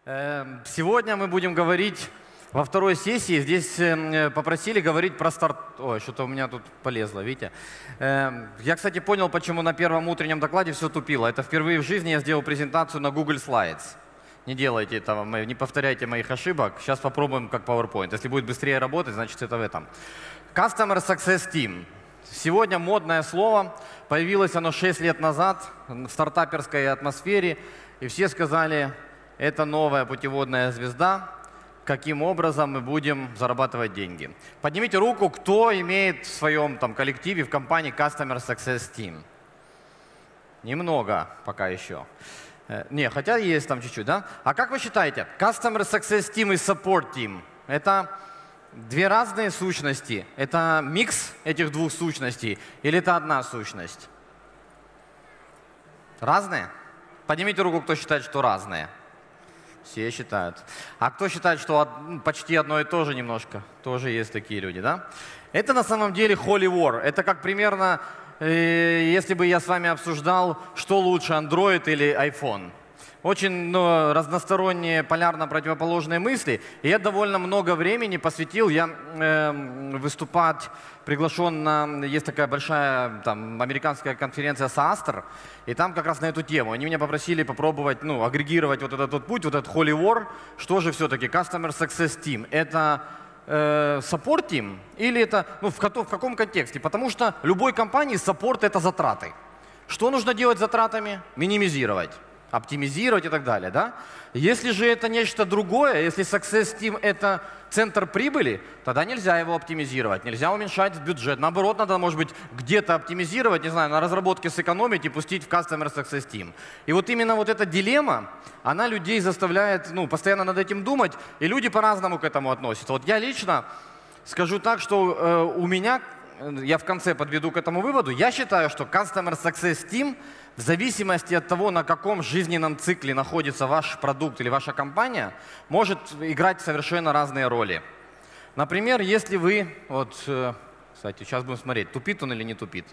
Сегодня мы будем говорить во второй сессии. Здесь попросили говорить про старт... Ой, что-то у меня тут полезло, видите? Я, кстати, понял, почему на первом утреннем докладе все тупило. Это впервые в жизни я сделал презентацию на Google Slides. Не делайте этого, не повторяйте моих ошибок. Сейчас попробуем как PowerPoint. Если будет быстрее работать, значит это в этом. Customer Success Team. Сегодня модное слово. Появилось оно 6 лет назад в стартаперской атмосфере. И все сказали, это новая путеводная звезда. Каким образом мы будем зарабатывать деньги? Поднимите руку, кто имеет в своем коллективе, в компании Customer Success Team. Немного пока еще. Не, хотя есть там чуть-чуть, да? А как вы считаете, Customer Success Team и Support Team – это две разные сущности? Это микс этих двух сущностей или это одна сущность? Разные? Поднимите руку, кто считает, что разные. Все считают. А кто считает, что почти одно и то же немножко? Тоже есть такие люди, да? Это на самом деле Holy War. Это как примерно, если бы я с вами обсуждал, что лучше, Android или iPhone. Очень разносторонние, полярно противоположные мысли. И я довольно много времени посвятил, я выступать приглашен на, есть такая большая американская конференция SaaStr, и там как раз на эту тему. Они меня попросили попробовать агрегировать вот этот путь, вот этот Holy War. Что же все-таки Customer Success Team? Это Support Team или это, в каком контексте? Потому что любой компании Support это затраты. Что нужно делать с затратами? Минимизировать, оптимизировать и так далее, да? Если же это нечто другое, если Success Team это центр прибыли, тогда нельзя его оптимизировать, нельзя уменьшать бюджет. Наоборот, надо, может быть, где-то оптимизировать, не знаю, на разработке сэкономить и пустить в Customer Success Team. И вот именно вот эта дилемма, она людей заставляет, постоянно над этим думать, и люди по-разному к этому относятся. Вот я лично скажу так, что у меня, я в конце подведу к этому выводу, я считаю, что Customer Success Team в зависимости от того, на каком жизненном цикле находится ваш продукт или ваша компания, может играть совершенно разные роли. Например, если вы, кстати, сейчас будем смотреть, тупит он или не тупит.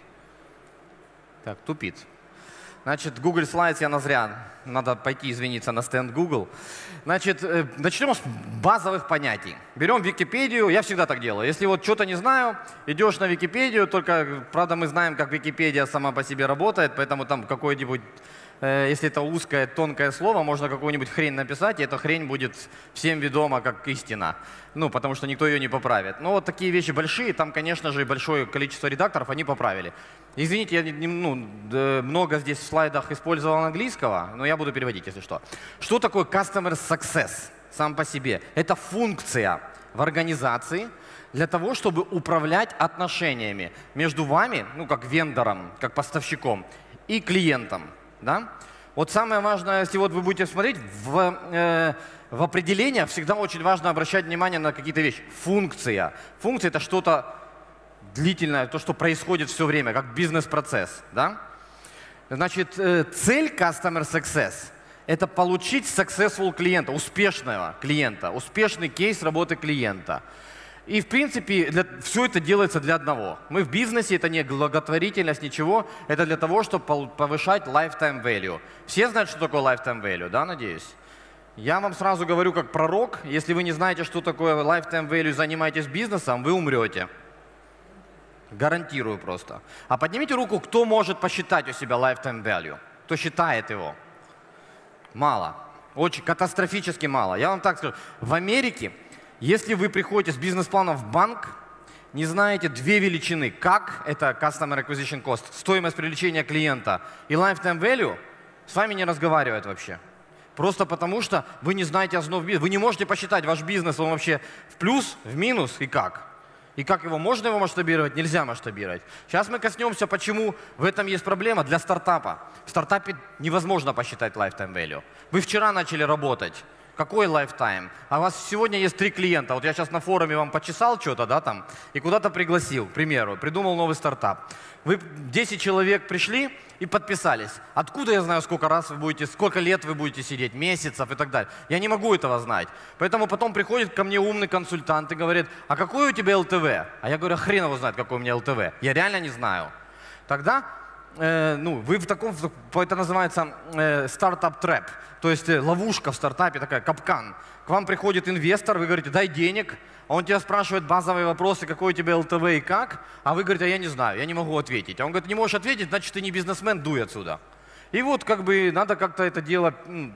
Так, тупит. Значит, Google Slides я назря, надо пойти извиниться на стенд Google. Значит, начнем с базовых понятий. Берем Википедию, я всегда так делаю. Если вот что-то не знаю, идешь на Википедию, только, правда, мы знаем, как Википедия сама по себе работает, поэтому там какое-нибудь, если это узкое, тонкое слово, можно какую-нибудь хрень написать, и эта хрень будет всем ведома как истина. Потому что никто ее не поправит. Но вот такие вещи большие, там, конечно же, большое количество редакторов, они поправили. Извините, я много здесь в слайдах использовал английского, но я буду переводить, если что. Что такое Customer Success сам по себе? Это функция в организации для того, чтобы управлять отношениями между вами, как вендором, как поставщиком, и клиентом. Да? Вот самое важное, если вот вы будете смотреть, в определениях всегда очень важно обращать внимание на какие-то вещи. Функция. Функция – это что-то длительное, то, что происходит все время, как бизнес-процесс. Да? Значит, цель Customer Success – это получить successful клиента, успешного клиента, успешный кейс работы клиента. И, в принципе, все это делается для одного. Мы в бизнесе, это не благотворительность, ничего. Это для того, чтобы повышать lifetime value. Все знают, что такое lifetime value, да, надеюсь? Я вам сразу говорю как пророк, если вы не знаете, что такое lifetime value, занимаетесь бизнесом, вы умрете. Гарантирую просто. А поднимите руку, кто может посчитать у себя lifetime value? Кто считает его? Мало. Очень катастрофически мало. Я вам так скажу. В Америке, если вы приходите с бизнес-планом в банк, не знаете две величины. Как это Customer Acquisition Cost, стоимость привлечения клиента, и Lifetime Value, с вами не разговаривают вообще. Просто потому, что вы не знаете основ бизнеса. Вы не можете посчитать ваш бизнес, он вообще в плюс, в минус и как. И как можно его масштабировать, нельзя масштабировать. Сейчас мы коснемся, почему в этом есть проблема для стартапа. В стартапе невозможно посчитать Lifetime Value. Вы вчера начали работать. Какой lifetime? А у вас сегодня есть 3 клиента. Вот я сейчас на форуме вам почесал что-то, да, там, и куда-то пригласил, к примеру, придумал новый стартап. Вы 10 человек пришли и подписались. Откуда я знаю, сколько лет вы будете сидеть, месяцев и так далее? Я не могу этого знать. Поэтому потом приходит ко мне умный консультант и говорит, а какой у тебя ЛТВ? А я говорю, хрен его знает, какой у меня ЛТВ. Я реально не знаю. Тогда вы в таком, это называется стартап-трэп, то есть ловушка в стартапе, такая капкан. К вам приходит инвестор, вы говорите, дай денег, а он тебя спрашивает базовые вопросы, какой у тебя ЛТВ и как, а вы говорите, а я не знаю, я не могу ответить. А он говорит, не можешь ответить, значит, ты не бизнесмен, дуй отсюда. И вот как бы надо как-то это дело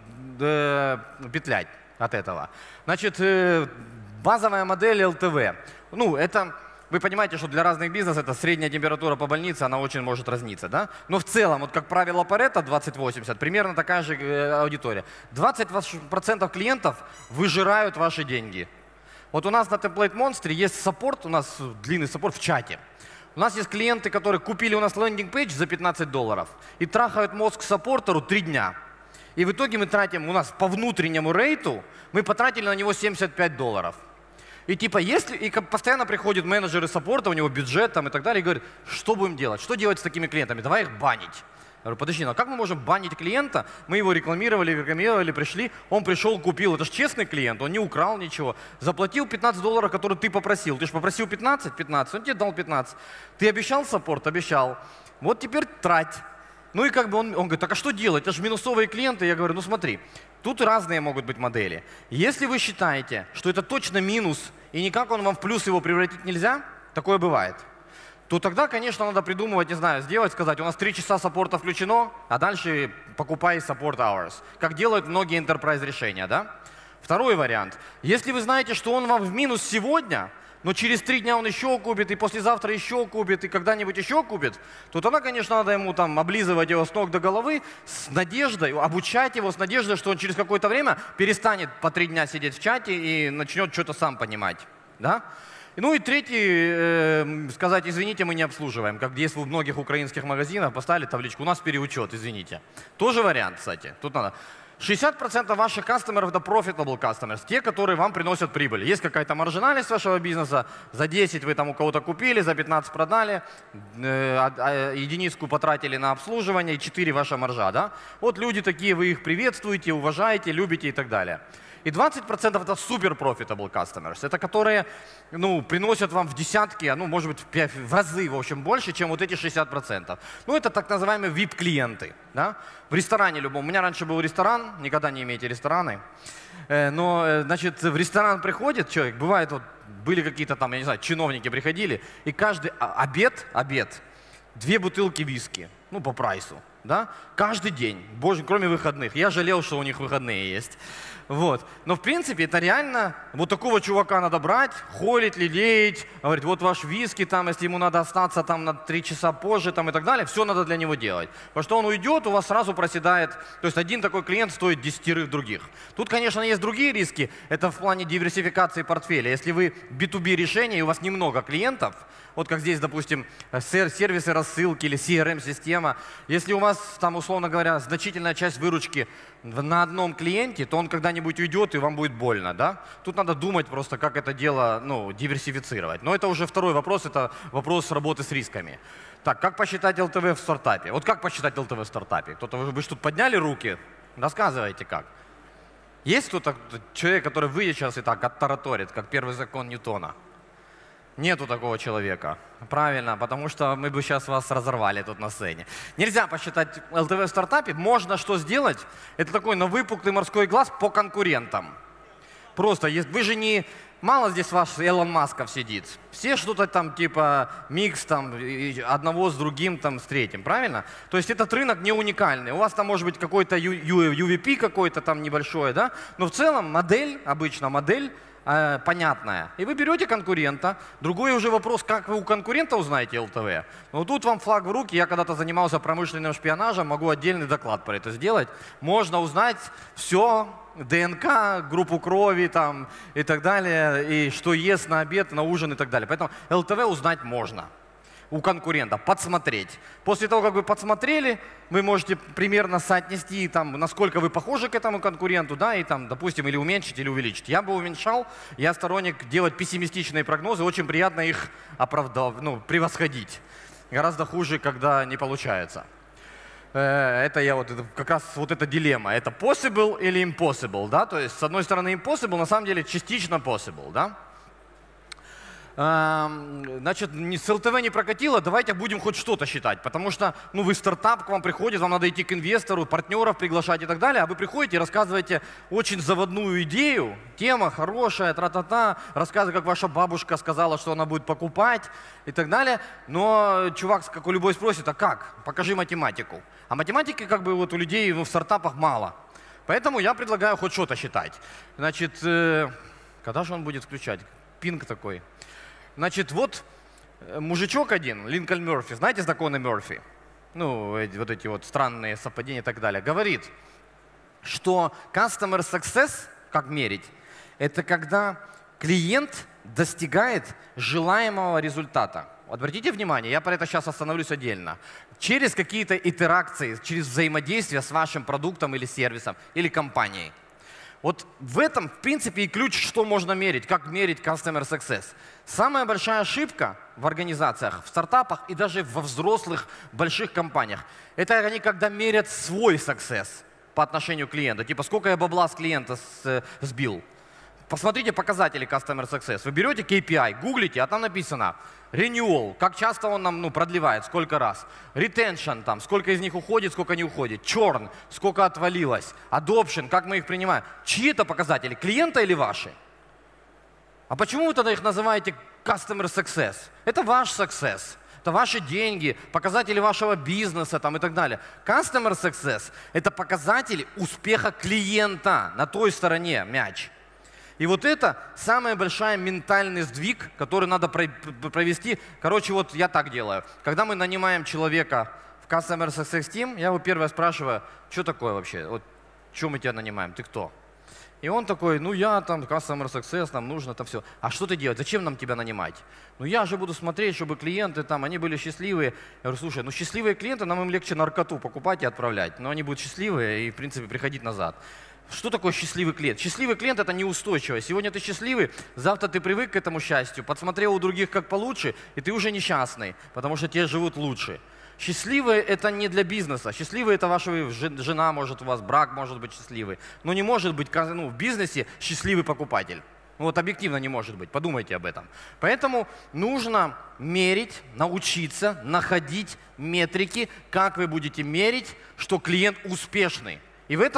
петлять от этого. Значит, базовая модель ЛТВ. Это, вы понимаете, что для разных бизнесов это средняя температура по больнице, она очень может разниться, да? Но в целом, вот как правило Парето 20-80, примерно такая же аудитория. 20% клиентов выжирают ваши деньги. Вот у нас на Template Monster есть саппорт, у нас длинный саппорт в чате. У нас есть клиенты, которые купили у нас лендинг-пейдж за $15 и трахают мозг саппортеру 3 дня. И в итоге мы тратим, у нас по внутреннему рейту, мы потратили на него $75. И типа, и постоянно приходят менеджеры саппорта, у него бюджет там и так далее, и говорят, что будем делать, что делать с такими клиентами, давай их банить. Я говорю, подожди, ну а как мы можем банить клиента? Мы его рекламировали, пришли, он пришел, купил, это же честный клиент, он не украл ничего, заплатил $15, которые ты попросил. Ты же попросил 15, он тебе дал 15. Ты обещал саппорт? Обещал. Вот теперь трать. Ну и как бы он говорит, так а что делать? Это же минусовые клиенты. Я говорю, ну смотри, тут разные могут быть модели. Если вы считаете, что это точно минус, и никак он вам в плюс его превратить нельзя, такое бывает, то тогда, конечно, надо придумывать, не знаю, сказать, у нас 3 часа саппорта включено, а дальше покупай support hours, как делают многие enterprise решения, да? Второй вариант. Если вы знаете, что он вам в минус сегодня, но через 3 дня он еще купит, и послезавтра еще купит, и когда-нибудь еще купит, то тогда, конечно, надо ему там облизывать его с ног до головы с надеждой, обучать его с надеждой, что он через какое-то время перестанет по 3 дня сидеть в чате и начнет что-то сам понимать, да? Ну и третий, сказать, извините, мы не обслуживаем, как есть в многих украинских магазинах, поставили табличку, у нас переучет, извините. Тоже вариант, кстати, тут надо. 60% ваших кастомеров это profitable customers, те, которые вам приносят прибыль. Есть какая-то маржинальность вашего бизнеса, за 10 вы там у кого-то купили, за 15 продали, единицку потратили на обслуживание, и 4 ваша маржа, да? Вот люди такие, вы их приветствуете, уважаете, любите и так далее. И 20% это super profitable customers. Это которые приносят вам в десятки, может быть в разы, в общем, больше, чем вот эти 60%. Это так называемые VIP-клиенты. Да? В ресторане любом. У меня раньше был ресторан, никогда не имейте рестораны. Но, значит, в ресторан приходит человек, бывает, вот были какие-то там, я не знаю, чиновники приходили, и каждый обед, 2 бутылки виски, по прайсу. Да? Каждый день, боже, кроме выходных. Я жалел, что у них выходные есть. Вот. Но в принципе это реально, вот такого чувака надо брать, холить, лелеять, говорить, вот ваш виски, там, если ему надо остаться там на 3 часа позже там, и так далее, все надо для него делать. Потому что он уйдет, у вас сразу проседает, то есть один такой клиент стоит 10 других. Тут, конечно, есть другие риски, это в плане диверсификации портфеля. Если вы B2B решение и у вас немного клиентов, вот как здесь, допустим, сервисы рассылки или CRM-система, если у вас там, условно говоря, значительная часть выручки на одном клиенте, то он когда-нибудь уйдет, и вам будет больно, да? Тут надо думать просто, как это дело, диверсифицировать. Но это уже второй вопрос, это вопрос работы с рисками. Так, как посчитать ЛТВ в стартапе? Вот как посчитать ЛТВ в стартапе? Кто-то, вы же тут подняли руки? Рассказывайте как. Есть кто-то, человек, который выйдет сейчас и так оттараторит, как первый закон Ньютона? Нету такого человека. Правильно, потому что мы бы сейчас вас разорвали тут на сцене. Нельзя посчитать ЛТВ в стартапе. Можно что сделать? Это такой на выпуклый морской глаз по конкурентам. Просто, вы же не... Мало здесь ваш Элон Масков сидит. Все что-то там типа микс там, одного с другим, там, с третьим, правильно? То есть этот рынок не уникальный. У вас там может быть какой-то UVP какой-то там небольшой, да? Но в целом модель, обычно модель, понятная. И вы берете конкурента. Другой уже вопрос, как вы у конкурента узнаете ЛТВ. Но тут вам флаг в руки. Я когда-то занимался промышленным шпионажем, могу отдельный доклад про это сделать. Можно узнать все, ДНК, группу крови там, и так далее, и что ест на обед, на ужин и так далее. Поэтому ЛТВ узнать можно у конкурента, подсмотреть. После того, как вы подсмотрели, вы можете примерно соотнести, там, насколько вы похожи к этому конкуренту, да, и там, допустим, или уменьшить, или увеличить. Я бы уменьшал, я сторонник делать пессимистичные прогнозы, очень приятно их превосходить. Гораздо хуже, когда не получается. Это как раз вот эта дилемма. Это possible или impossible, да, то есть с одной стороны impossible, на самом деле частично possible, да. Значит, с ЛТВ не прокатило, давайте будем хоть что-то считать. Потому что вы стартап, к вам приходит, вам надо идти к инвестору, партнеров приглашать и так далее. А вы приходите и рассказываете очень заводную идею, тема хорошая, тра-та-та, рассказываете, как ваша бабушка сказала, что она будет покупать и так далее. Но чувак, как у любой спросит, а как? Покажи математику. А математики как бы вот у людей в стартапах мало. Поэтому я предлагаю хоть что-то считать. Значит, когда же он будет включать? Пинг такой. Значит, вот мужичок один, Линкольн Мерфи, знаете законы Мерфи? Вот эти вот странные совпадения и так далее. Говорит, что customer success, как мерить, это когда клиент достигает желаемого результата. Обратите внимание, я про это сейчас остановлюсь отдельно. Через какие-то итерации, через взаимодействие с вашим продуктом или сервисом, или компанией. Вот в этом, в принципе, и ключ, что можно мерить, как мерить customer success. Самая большая ошибка в организациях, в стартапах и даже во взрослых больших компаниях, это они когда мерят свой success по отношению к клиенту. Типа, сколько я бабла с клиента сбил. Посмотрите показатели Customer Success. Вы берете KPI, гуглите, а там написано Renewal, как часто он нам продлевает, сколько раз. Retention, там, сколько из них уходит, сколько не уходит. Churn, сколько отвалилось. Adoption, как мы их принимаем. Чьи это показатели, клиента или ваши? А почему вы тогда их называете Customer Success? Это ваш success. Это ваши деньги, показатели вашего бизнеса там, и так далее. Customer Success – это показатели успеха клиента на той стороне мяч. И вот это самая большая ментальный сдвиг, который надо провести. Короче, вот я так делаю. Когда мы нанимаем человека в Customer Success Team, я его первое спрашиваю, что такое вообще? Вот, что мы тебя нанимаем? Ты кто? И он такой, я там Customer Success, нам нужно это все. А что ты делаешь? Зачем нам тебя нанимать? Я же буду смотреть, чтобы клиенты там, они были счастливые. Я говорю, слушай, счастливые клиенты, нам им легче наркоту покупать и отправлять. Но они будут счастливые и, в принципе, приходить назад. Что такое счастливый клиент? Счастливый клиент – это неустойчиво. Сегодня ты счастливый, завтра ты привык к этому счастью, подсмотрел у других как получше, и ты уже несчастный, потому что те живут лучше. Счастливые – это не для бизнеса. Счастливые – это ваша жена, может, у вас брак может быть счастливый. Но не может быть в бизнесе счастливый покупатель. Вот объективно не может быть. Подумайте об этом. Поэтому нужно мерить, научиться, находить метрики, как вы будете мерить, что клиент успешный. И в этом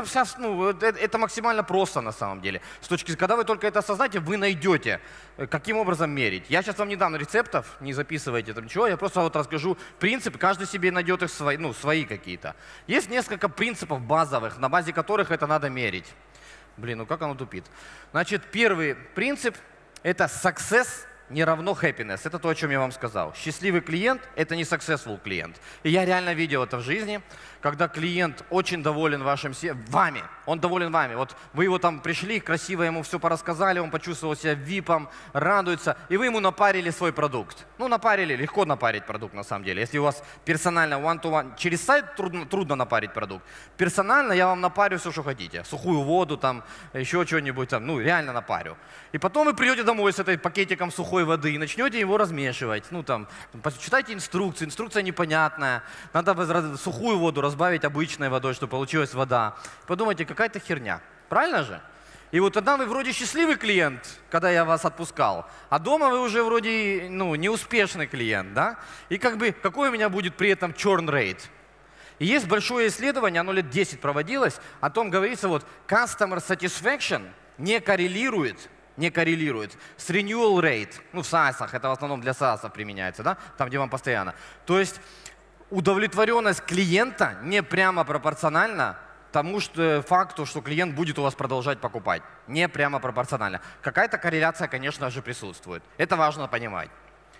это максимально просто на самом деле. Когда вы только это осознаете, вы найдете, каким образом мерить. Я сейчас вам не дам рецептов, не записывайте там ничего, я просто вот расскажу принципы, каждый себе найдет их свои какие-то. Есть несколько принципов базовых, на базе которых это надо мерить. Как оно тупит. Значит, первый принцип – это success не равно happiness. Это то, о чем я вам сказал. Счастливый клиент – это не successful клиент. И я реально видел это в жизни, когда клиент очень доволен вами, он доволен вами. Вот вы его там пришли, красиво ему все порассказали, он почувствовал себя випом, радуется, и вы ему напарили свой продукт. Напарили, легко напарить продукт на самом деле. Если у вас персонально one-to-one, через сайт трудно напарить продукт. Персонально я вам напарю все, что хотите. Сухую воду, там, еще что-нибудь, там, реально напарю. И потом вы придете домой с этой пакетиком сухой воды и начнете его размешивать. Почитайте инструкцию, инструкция непонятная, надо сухую воду разбавить обычной водой, чтобы получилась вода. Подумайте, какая-то херня. Правильно же? И вот тогда вы вроде счастливый клиент, когда я вас отпускал, а дома вы уже вроде неуспешный клиент, да? И какой у меня будет при этом churn rate? И есть большое исследование, оно лет 10 проводилось, о том говорится, customer satisfaction не коррелирует с renewal rate. В SaaS, это в основном для SaaS применяется, да? Там, где вам постоянно. То есть удовлетворенность клиента не прямо пропорциональна тому факту, что клиент будет у вас продолжать покупать. Не прямо пропорционально. Какая-то корреляция, конечно же, присутствует. Это важно понимать.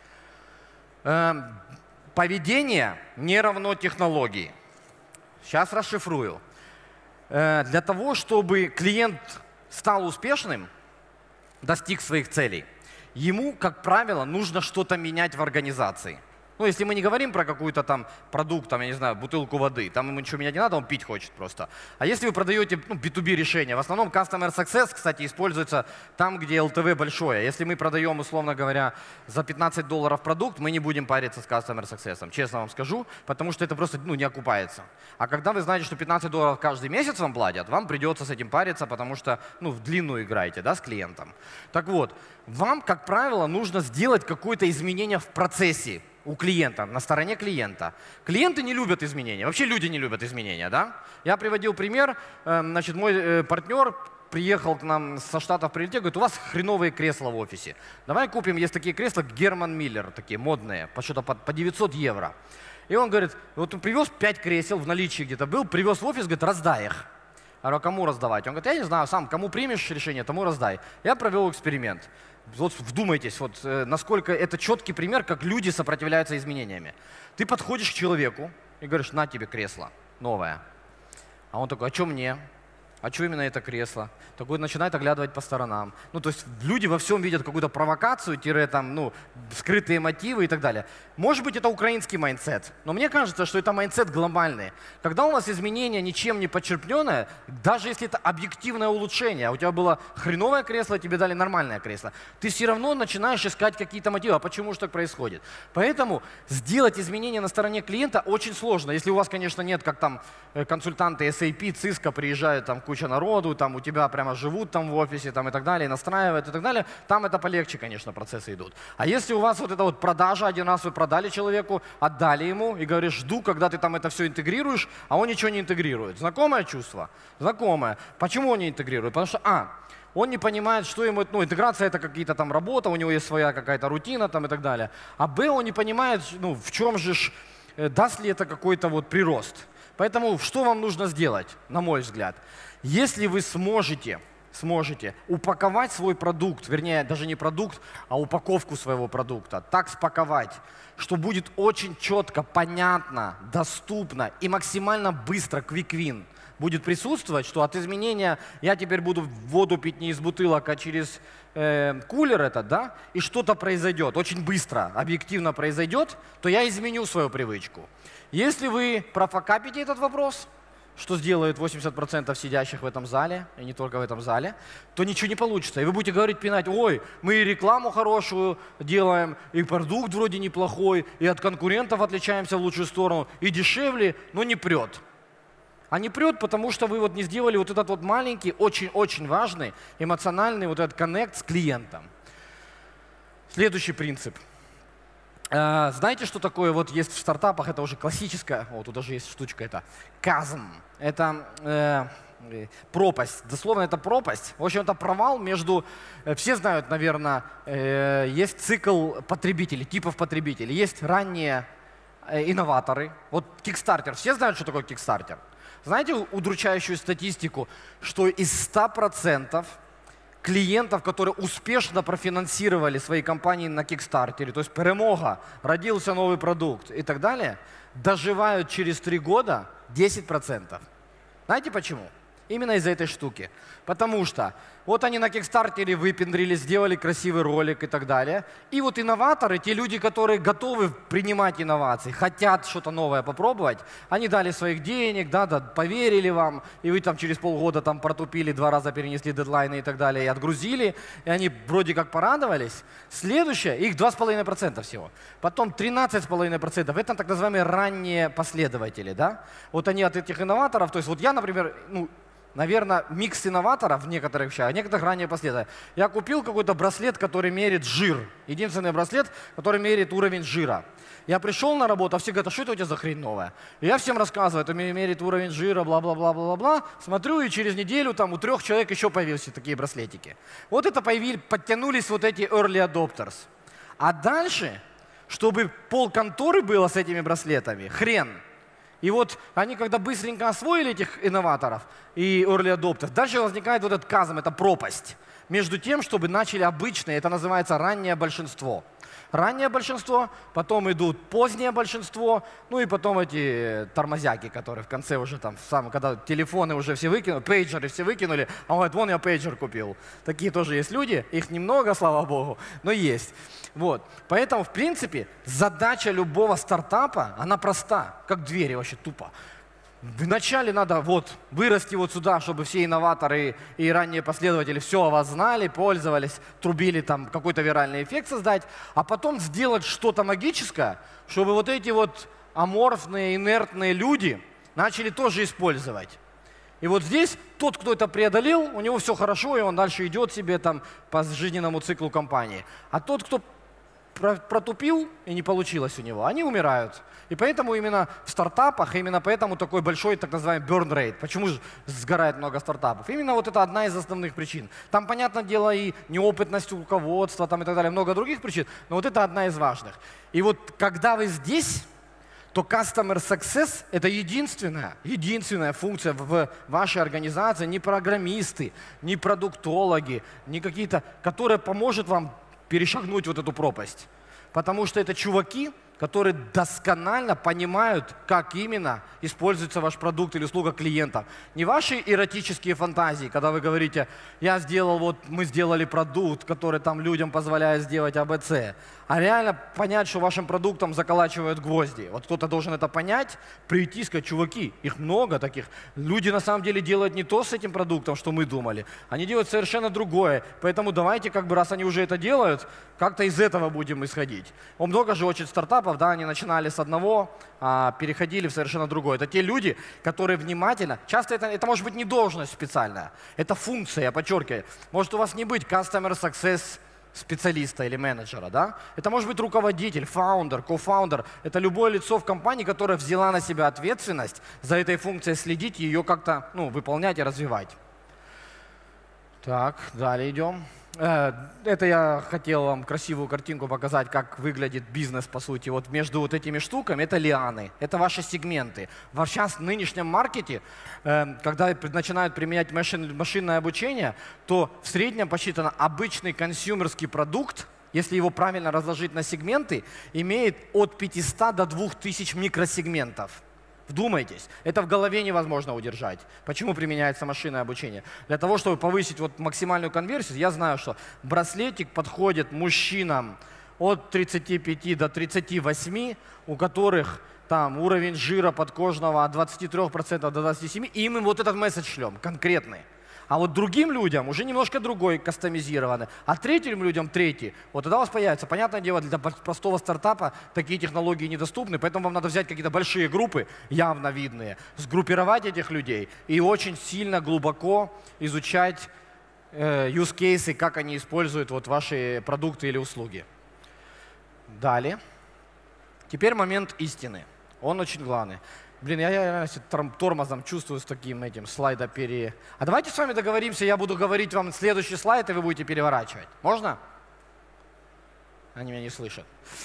Поведение не равно технологии. Сейчас расшифрую. Для того, чтобы клиент стал успешным, достиг своих целей, ему, как правило, нужно что-то менять в организации. Ну, если мы не говорим про какой-то там продукт, там, я не знаю, бутылку воды, там ему ничего менять не надо, он пить хочет просто. А если вы продаете B2B решения, в основном Customer Success, кстати, используется там, где LTV большое. Если мы продаем, условно говоря, за $15 продукт, мы не будем париться с Customer Success, честно вам скажу, потому что это просто не окупается. А когда вы знаете, что $15 каждый месяц вам платят, вам придется с этим париться, потому что в длинную играете, да, с клиентом. Так вот, вам, как правило, нужно сделать какое-то изменение в процессе у клиента, на стороне клиента. Клиенты не любят изменения, вообще люди не любят изменения, да? Я приводил пример, значит, мой партнер приехал к нам со Штатов, прилетел, говорит, у вас хреновые кресла в офисе. Давай купим, есть такие кресла, Герман Миллер, такие модные, что-то по 900 евро. И он говорит, вот он привез 5 кресел, в наличии где-то был, привез в офис, говорит, раздай их. Я говорю, кому раздавать? Он говорит, я не знаю, сам, кому примешь решение, тому раздай. Я провел эксперимент. Вот вдумайтесь, вот насколько это четкий пример, как люди сопротивляются изменениями. Ты подходишь к человеку и говоришь, на тебе кресло новое. А он такой, а что мне? А что именно это кресло? Такой начинает оглядывать по сторонам. Ну, то есть люди во всем видят какую-то провокацию, скрытые мотивы и так далее. Может быть, это украинский майндсет, но мне кажется, что это майндсет глобальный. Когда у нас изменение ничем не подчерпненное, даже если это объективное улучшение, а у тебя было хреновое кресло, тебе дали нормальное кресло, ты все равно начинаешь искать какие-то мотивы. А почему же так происходит? Поэтому сделать изменения на стороне клиента очень сложно. Если у вас, конечно, нет, как там консультанты SAP, Cisco приезжают, там куча народу, там у тебя прямо живут там в офисе там, и так далее, настраивают и так далее, там это полегче, конечно, процессы идут. А если у вас вот эта вот продажа, один раз вы продали человеку, отдали ему и говоришь, жду, когда ты там это все интегрируешь, а он ничего не интегрирует. Знакомое чувство? Знакомое. Почему он не интегрирует? Потому что, он не понимает, что ему, интеграция это какие-то там работа, у него есть своя какая-то рутина там и так далее. А Б, он не понимает, в чем же, даст ли это какой-то вот прирост. Поэтому что вам нужно сделать, на мой взгляд? Если вы сможете упаковать свой продукт, вернее, даже не продукт, а упаковку своего продукта, так спаковать, что будет очень четко, понятно, доступно и максимально быстро, quick win, будет присутствовать, что от изменения я теперь буду воду пить не из бутылок, а через кулер этот, да, и что-то произойдет, очень быстро, объективно произойдет, то я изменю свою привычку. Если вы профокапите этот вопрос, что сделают 80% сидящих в этом зале, и не только в этом зале, то ничего не получится. И вы будете говорить, пинать, ой, мы и рекламу хорошую делаем, и продукт вроде неплохой, и от конкурентов отличаемся в лучшую сторону, и дешевле, но не прет. А не прет, потому что вы вот не сделали вот этот вот маленький, очень-очень важный эмоциональный вот этот коннект с клиентом. Следующий принцип. Знаете, что такое, вот есть в стартапах, это уже классическая, вот тут даже есть штучка, это chasm, это пропасть, дословно это пропасть, в общем, это провал между, все знают, наверное, есть цикл потребителей, типов потребителей, есть ранние инноваторы, вот Kickstarter, все знают, что такое Kickstarter? Знаете удручающую статистику, что из 100% клиентов, которые успешно профинансировали свои компании на Kickstarter, то есть перемога, родился новый продукт и так далее, доживают через 3 года 10%. Знаете почему? Именно из-за этой штуки. Потому что вот они на Kickstarter выпендрились, сделали красивый ролик и так далее. И вот инноваторы, те люди, которые готовы принимать инновации, хотят что-то новое попробовать, они дали своих денег, поверили вам, и вы там через полгода там протупили, 2 раза перенесли дедлайны и так далее, и отгрузили, и они вроде как порадовались. Следующее, их 2,5% всего. Потом 13,5% это так называемые ранние последователи. Да? Вот они от этих инноваторов, то есть вот я, например, наверное, микс инноваторов в некоторых вещах, а некоторых ранее последователей. Я купил какой-то браслет, который мерит жир. Единственный браслет, который мерит уровень жира. Я пришел на работу, а все говорят, а что это у тебя за хрень новая? И я всем рассказываю, это мерит уровень жира, бла-бла-бла-бла-бла-бла. Смотрю, и через неделю там у 3 человек еще появились такие браслетики. Вот это подтянулись вот эти early adopters. А дальше, чтобы полконторы было с этими браслетами, хрен. И вот они, когда быстренько освоили этих инноваторов и early adopters, дальше возникает вот этот chasm, это пропасть между тем, чтобы начали обычные, это называется раннее большинство. Раннее большинство, потом идут позднее большинство, ну и потом эти тормозяки, которые в конце уже там, когда телефоны уже все выкинули, пейджеры все выкинули, а он говорит, вон я пейджер купил. Такие тоже есть люди, их немного, слава богу, но есть. Вот. Поэтому, в принципе, задача любого стартапа, она проста, как двери вообще тупо. Вначале надо вырасти сюда, чтобы все инноваторы и ранние последователи все о вас знали, пользовались, трубили, там какой-то виральный эффект создать, а потом сделать что-то магическое, чтобы вот эти аморфные, инертные люди начали тоже использовать. И вот здесь тот, кто это преодолел, у него все хорошо, и он дальше идет себе там по жизненному циклу компании. А тот, кто протупил и не получилось у него, они умирают. И поэтому именно в стартапах, именно поэтому такой большой так называемый burn rate. Почему же сгорает много стартапов? Именно это одна из основных причин. Там, понятное дело, и неопытность руководства там, и так далее, много других причин, но это одна из важных. И когда вы здесь, то Customer Success – это единственная функция в вашей организации, не программисты, не продуктологи, не какие-то, которые поможет вам перешагнуть эту пропасть. Потому что это чуваки, которые досконально понимают, как именно используется ваш продукт или услуга клиента. Не ваши эротические фантазии, когда вы говорите, мы сделали продукт, который там людям позволяет сделать АБЦ, а реально понять, что вашим продуктом заколачивают гвозди. Кто-то должен это понять, прийти и сказать, чуваки, их много таких. Люди на самом деле делают не то с этим продуктом, что мы думали, они делают совершенно другое. Поэтому давайте, раз они уже это делают, как-то из этого будем исходить. Много же очень стартапов, они начинали с одного, переходили в совершенно другое. Это те люди, которые внимательно, часто это может быть не должность специальная, это функция, я подчеркиваю. Может у вас не быть Customer Success специалиста или менеджера, да? Это может быть руководитель, фаундер, кофаундер. Это любое лицо в компании, которое взяла на себя ответственность за этой функцией следить, ее как-то выполнять и развивать. Так, далее идем. Это я хотел вам красивую картинку показать, как выглядит бизнес, по сути. Между этими штуками это лианы, это ваши сегменты. Сейчас в нынешнем маркете, когда начинают применять машинное обучение, то в среднем посчитано обычный консюмерский продукт, если его правильно разложить на сегменты, имеет от 500 до 2000 микросегментов. Вдумайтесь, это в голове невозможно удержать. Почему применяется машинное обучение? Для того, чтобы повысить максимальную конверсию, я знаю, что браслетик подходит мужчинам от 35 до 38, у которых там уровень жира подкожного от 23% до 27%, и им этот месседж шлем, конкретный. А другим людям уже немножко другой, кастомизированный. А третьим людям третий. Тогда у вас появится. Понятное дело, для простого стартапа такие технологии недоступны, поэтому вам надо взять какие-то большие группы, явно видные, сгруппировать этих людей и очень сильно, глубоко изучать use cases, как они используют ваши продукты или услуги. Далее. Теперь момент истины. Он очень главный. Я тормозом чувствую с таким слайдом А давайте с вами договоримся, я буду говорить вам следующий слайд, и вы будете переворачивать. Можно? Они меня не слышат.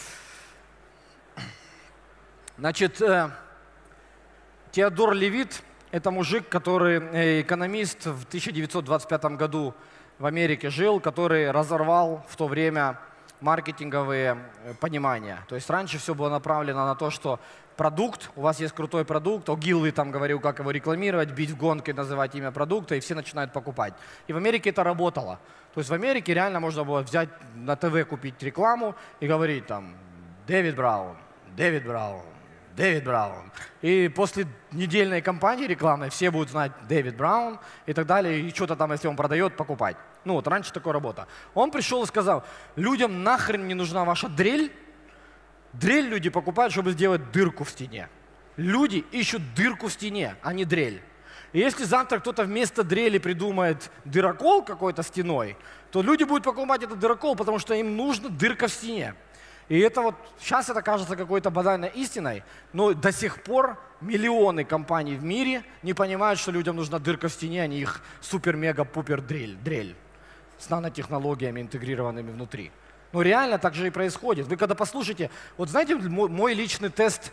Теодор Левит – это мужик, который экономист в 1925 году в Америке жил, который разорвал в то время маркетинговые понимания. То есть раньше все было направлено на то, что продукт, у вас есть крутой продукт, Огиллы там говорил, как его рекламировать, бить в гонки, называть имя продукта, и все начинают покупать. И в Америке это работало. То есть в Америке реально можно было взять на ТВ, купить рекламу и говорить там Дэвид Браун, Дэвид Браун, Дэвид Браун. И после недельной кампании рекламной все будут знать Дэвид Браун и так далее, и что-то там, если он продает, покупать. Раньше такая работа. Он пришел и сказал, людям нахрен не нужна ваша дрель. Дрель люди покупают, чтобы сделать дырку в стене. Люди ищут дырку в стене, а не дрель. И если завтра кто-то вместо дрели придумает дырокол какой-то стеной, то люди будут покупать этот дырокол, потому что им нужна дырка в стене. И это сейчас это кажется какой-то банальной истиной, но до сих пор миллионы компаний в мире не понимают, что людям нужна дырка в стене, а не их супер-мега-пупер дрель с нанотехнологиями, интегрированными внутри. Реально так же и происходит. Вы когда послушаете, знаете, мой личный тест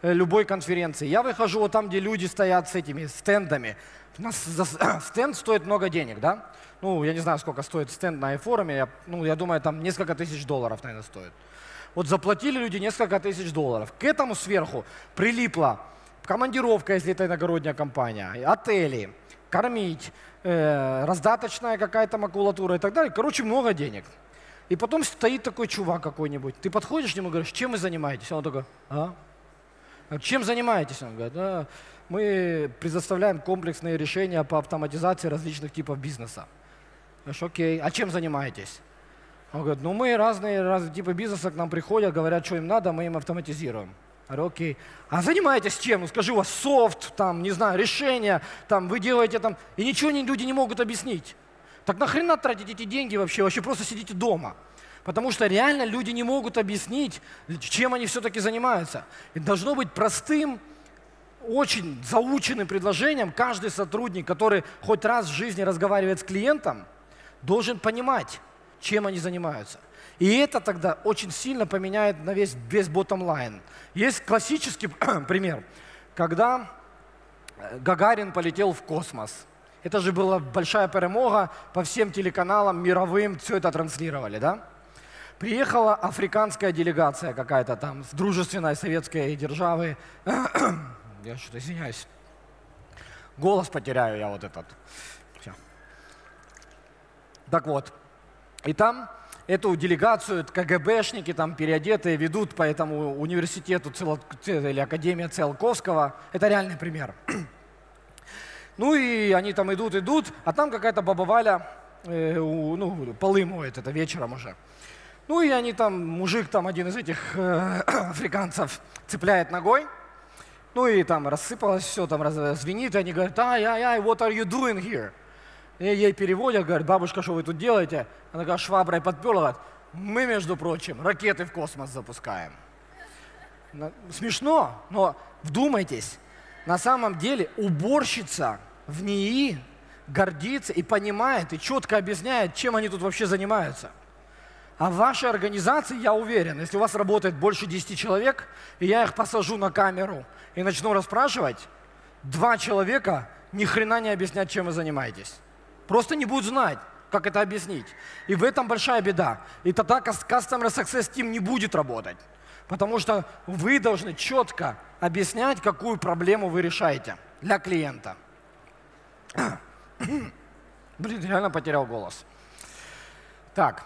любой конференции. Я выхожу вот там, где люди стоят с этими стендами. У нас стенд стоит много денег, да? Ну, я не знаю, сколько стоит стенд на iForum. Я думаю, там несколько тысяч долларов, наверное, стоит. Вот заплатили люди несколько тысяч долларов. К этому сверху прилипла командировка, если это иногородняя компания, отели, кормить, раздаточная какая-то макулатура и так далее. Короче, много денег. И потом стоит такой чувак какой-нибудь. Ты подходишь к нему и говоришь, чем вы занимаетесь? Он такой, чем занимаетесь? Он говорит, мы предоставляем комплексные решения по автоматизации различных типов бизнеса. Я говорю, окей, а чем занимаетесь? Он говорит, мы разные типы бизнеса к нам приходят, говорят, что им надо, мы им автоматизируем. Я говорю, окей. А занимаетесь чем? Ну скажи, у вас софт, там, не знаю, решения, там, вы делаете там, и ничего люди не могут объяснить. Так нахрена тратить эти деньги вообще? Вообще просто сидите дома. Потому что реально люди не могут объяснить, чем они все-таки занимаются. И должно быть простым, очень заученным предложением. Каждый сотрудник, который хоть раз в жизни разговаривает с клиентом, должен понимать, чем они занимаются. И это тогда очень сильно поменяет на весь bottom line. Есть классический пример, когда Гагарин полетел в космос. Это же была большая перемога, по всем телеканалам мировым все это транслировали, да? Приехала африканская делегация какая-то там, с дружественной советской державы. Я что-то извиняюсь. Голос потеряю я вот этот. Все. Так вот. И там эту делегацию КГБшники там переодетые ведут по этому университету или Академия Циолковского. Это реальный пример. Ну и они там идут, а там какая-то баба Валя полы моет, это вечером уже. Ну и они там, мужик там, один из этих африканцев цепляет ногой, ну и там рассыпалось все, там звенит, и они говорят, what are you doing here? И ей переводят, говорят, бабушка, что вы тут делаете? Она говорит, шваброй подперла, говорит, мы, между прочим, ракеты в космос запускаем. Смешно, но вдумайтесь, на самом деле уборщица в НИИ гордится и понимает, и четко объясняет, чем они тут вообще занимаются. А в вашей организации, я уверен, если у вас работает больше 10 человек, и я их посажу на камеру и начну расспрашивать, 2 человека ни хрена не объяснят, чем вы занимаетесь. Просто не будут знать, как это объяснить. И в этом большая беда. И тогда Customer Success Team не будет работать. Потому что вы должны четко объяснять, какую проблему вы решаете для клиента. Блин, реально потерял голос. Так.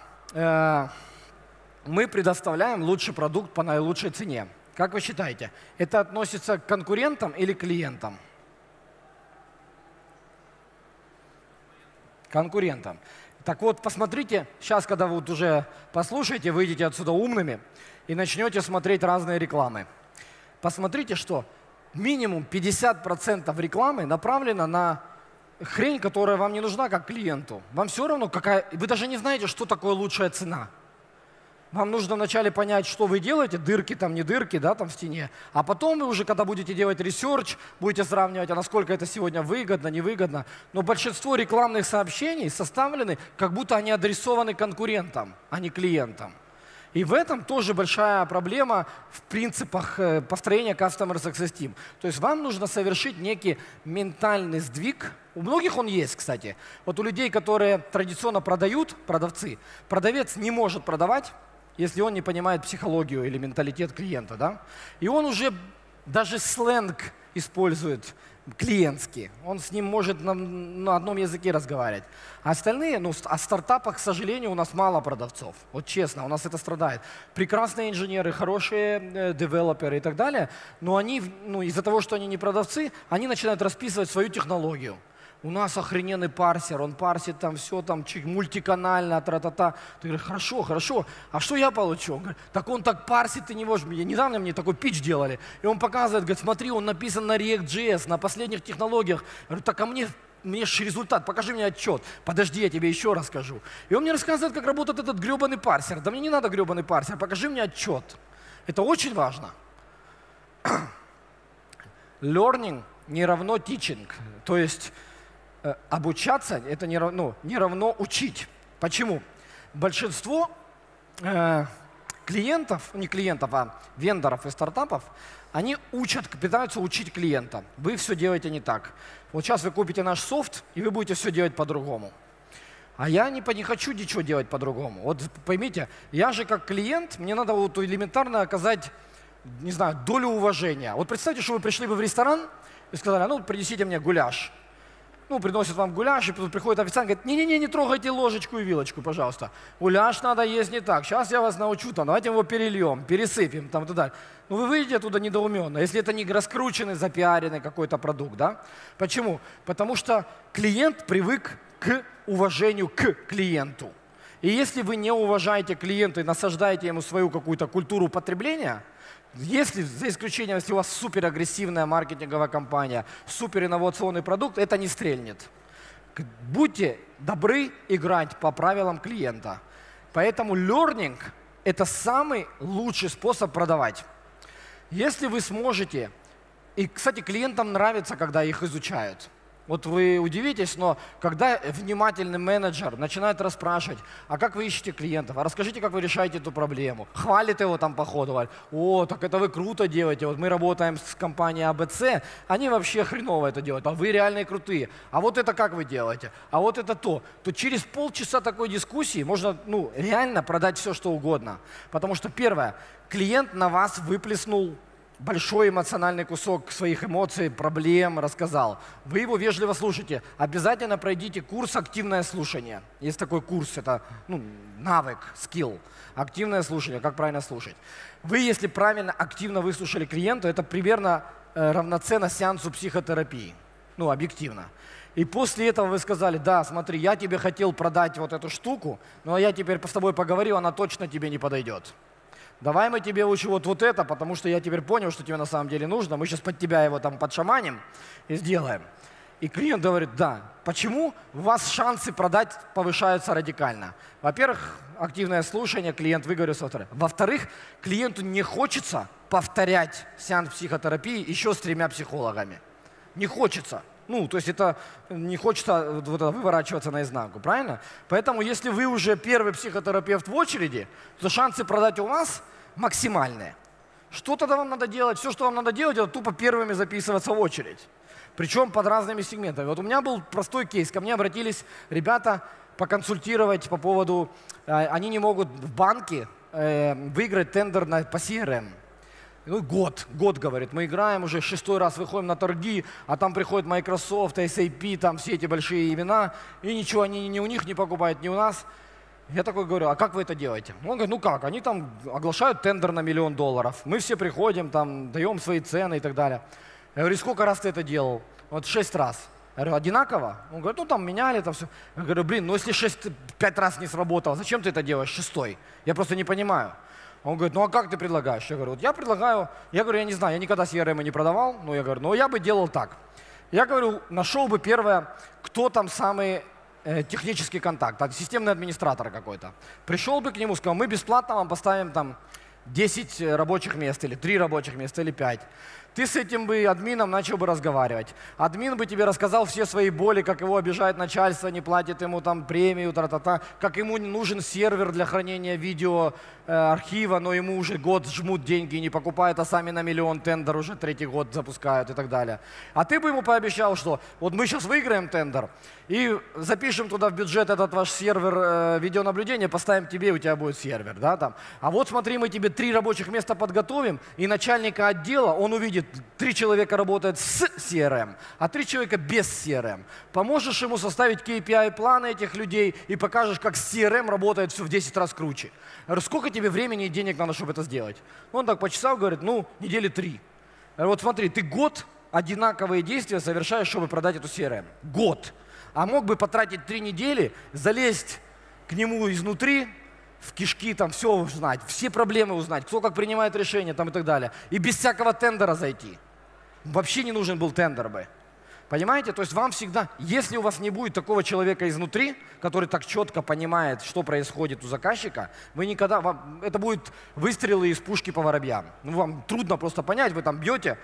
Мы предоставляем лучший продукт по наилучшей цене. Как вы считаете, это относится к конкурентам или клиентам? Конкурентам. Так вот, посмотрите, сейчас, когда вы вот уже послушаете, выйдете отсюда умными и начнете смотреть разные рекламы. Посмотрите, что минимум 50% рекламы направлено на хрень, которая вам не нужна как клиенту. Вам все равно, вы даже не знаете, что такое лучшая цена. Вам нужно вначале понять, что вы делаете, дырки там, не дырки, да, там в стене. А потом вы уже, когда будете делать ресерч, будете сравнивать, а насколько это сегодня выгодно, невыгодно. Но большинство рекламных сообщений составлены, как будто они адресованы конкурентам, а не клиентам. И в этом тоже большая проблема в принципах построения Customer Success Team. То есть вам нужно совершить некий ментальный сдвиг. У многих он есть, кстати. Вот у людей, которые традиционно продают, продавцы, продавец не может продавать, если он не понимает психологию или менталитет клиента. Да? И он уже даже сленг использует клиентский. Он с ним может на одном языке разговаривать. А остальные, о стартапах, к сожалению, у нас мало продавцов. Вот честно, у нас это страдает. Прекрасные инженеры, хорошие девелоперы и так далее, но они, из-за того, что они не продавцы, они начинают расписывать свою технологию. У нас охрененный парсер, он парсит там все, там мультиканально, тра-та-та. Ты говоришь, хорошо, а что я получу? Он говорит, так он так парсит, ты не можешь. Недавно мне такой питч делали, и он показывает, говорит, смотри, он написан на React.js, на последних технологиях. Я говорю, так а мне же результат, покажи мне отчет. Подожди, я тебе еще расскажу. И он мне рассказывает, как работает этот гребаный парсер. Да мне не надо гребаный парсер, покажи мне отчет. Это очень важно. Learning не равно teaching. То есть обучаться – это не равно учить. Почему? Большинство клиентов, не клиентов, а вендоров и стартапов, они пытаются учить клиента. Вы все делаете не так. Вот сейчас вы купите наш софт, и вы будете все делать по-другому. А я не хочу ничего делать по-другому. Вот поймите, я же как клиент, мне надо вот элементарно оказать, не знаю, долю уважения. Вот представьте, что вы пришли бы в ресторан и сказали: ну, принесите мне гуляш. Ну, приносят вам гуляш, и тут приходит официант и говорит: не-не-не, не трогайте ложечку и вилочку, пожалуйста. Гуляш надо есть не так. Сейчас я вас научу, там, давайте его перельем, пересыпем, там, и так далее. Ну, вы выйдете оттуда недоуменно, если это не раскрученный, запиаренный какой-то продукт, да? Почему? Потому что клиент привык к уважению к клиенту. И если вы не уважаете клиента и насаждаете ему свою какую-то культуру потребления, если, за исключением, если у вас суперагрессивная маркетинговая компания, суперинновационный продукт, это не стрельнет. Будьте добры играть по правилам клиента. Поэтому learning – это самый лучший способ продавать. Если вы сможете, и, кстати, клиентам нравится, когда их изучают. Вот вы удивитесь, но когда внимательный менеджер начинает расспрашивать: а как вы ищете клиентов, а расскажите, как вы решаете эту проблему, хвалит его там по ходу, говорит: о, так это вы круто делаете, вот мы работаем с компанией АБЦ, они вообще хреново это делают, а вы реально крутые, а вот это как вы делаете, а вот это то через полчаса такой дискуссии можно реально продать все, что угодно. Потому что первое, клиент на вас выплеснул большой эмоциональный кусок своих эмоций, проблем рассказал. Вы его вежливо слушаете. Обязательно пройдите курс «Активное слушание». Есть такой курс, это навык, скилл. Активное слушание, как правильно слушать. Вы, если правильно, активно выслушали клиента, это примерно равноценно сеансу психотерапии. Объективно. И после этого вы сказали: да, смотри, я тебе хотел продать вот эту штуку, но я теперь с тобой поговорил, она точно тебе не подойдет. Давай мы тебе лучше вот это, потому что я теперь понял, что тебе на самом деле нужно. Мы сейчас под тебя его там подшаманим и сделаем. И клиент говорит: да. Почему? У вас шансы продать повышаются радикально. Во-первых, активное слушание, клиент выговорился. Во-вторых, клиенту не хочется повторять сеанс психотерапии еще с 3 психологами. Не хочется. То есть это не хочется выворачиваться наизнанку, правильно? Поэтому если вы уже первый психотерапевт в очереди, то шансы продать у вас максимальные. Что тогда вам надо делать? Все, что вам надо делать, это тупо первыми записываться в очередь. Причем под разными сегментами. Вот у меня был простой кейс. Ко мне обратились ребята поконсультировать по поводу, они не могут в банке выиграть тендер по CRM. Год, говорит, мы играем уже 6-й раз, выходим на торги, а там приходит Microsoft, SAP, там все эти большие имена, и ничего они ни у них не покупают, ни у нас. Я такой говорю: а как вы это делаете? Он говорит: как, они там оглашают тендер на $1 миллион, мы все приходим, там, даем свои цены и так далее. Я говорю: сколько раз ты это делал? Вот 6 раз. Я говорю: одинаково? Он говорит: там меняли, там все. Я говорю: если 5 раз не сработало, зачем ты это делаешь 6-й? Я просто не понимаю. Он говорит: а как ты предлагаешь? Я говорю: я предлагаю, я не знаю, я никогда CRM не продавал, но я говорю, я бы делал так. Я говорю, нашел бы первое, кто там самый технический контакт, системный администратор какой-то. Пришел бы к нему, сказал: мы бесплатно вам поставим там 10 рабочих мест, или 3 рабочих места, или 5. Ты с этим бы админом начал бы разговаривать. Админ бы тебе рассказал все свои боли, как его обижает начальство, не платит ему там премию, как ему нужен сервер для хранения видео архива, но ему уже год жмут деньги и не покупают, а сами на $1 миллион тендер уже 3-й год запускают и так далее. А ты бы ему пообещал, что вот мы сейчас выиграем тендер и запишем туда в бюджет этот ваш сервер видеонаблюдения, поставим тебе, и у тебя будет сервер. Да, там. А вот смотри, мы тебе 3 рабочих места подготовим, и начальника отдела, он увидит, 3 человека работают с CRM, а 3 человека без CRM. Поможешь ему составить KPI-планы этих людей и покажешь, как с CRM работает все в 10 раз круче. Я говорю: сколько тебе времени и денег надо, чтобы это сделать? Он так почесал, говорит: недели 3. Я говорю: вот смотри, ты год одинаковые действия совершаешь, чтобы продать эту CRM. Год. А мог бы потратить 3 недели, залезть к нему изнутри, в кишки, там все узнать, все проблемы узнать, кто как принимает решения там и так далее. И без всякого тендера зайти. Вообще не нужен был тендер бы. Понимаете? То есть вам всегда, если у вас не будет такого человека изнутри, который так четко понимает, что происходит у заказчика, вы никогда, это будет выстрелы из пушки по воробьям. Вам трудно просто понять, вы там бьете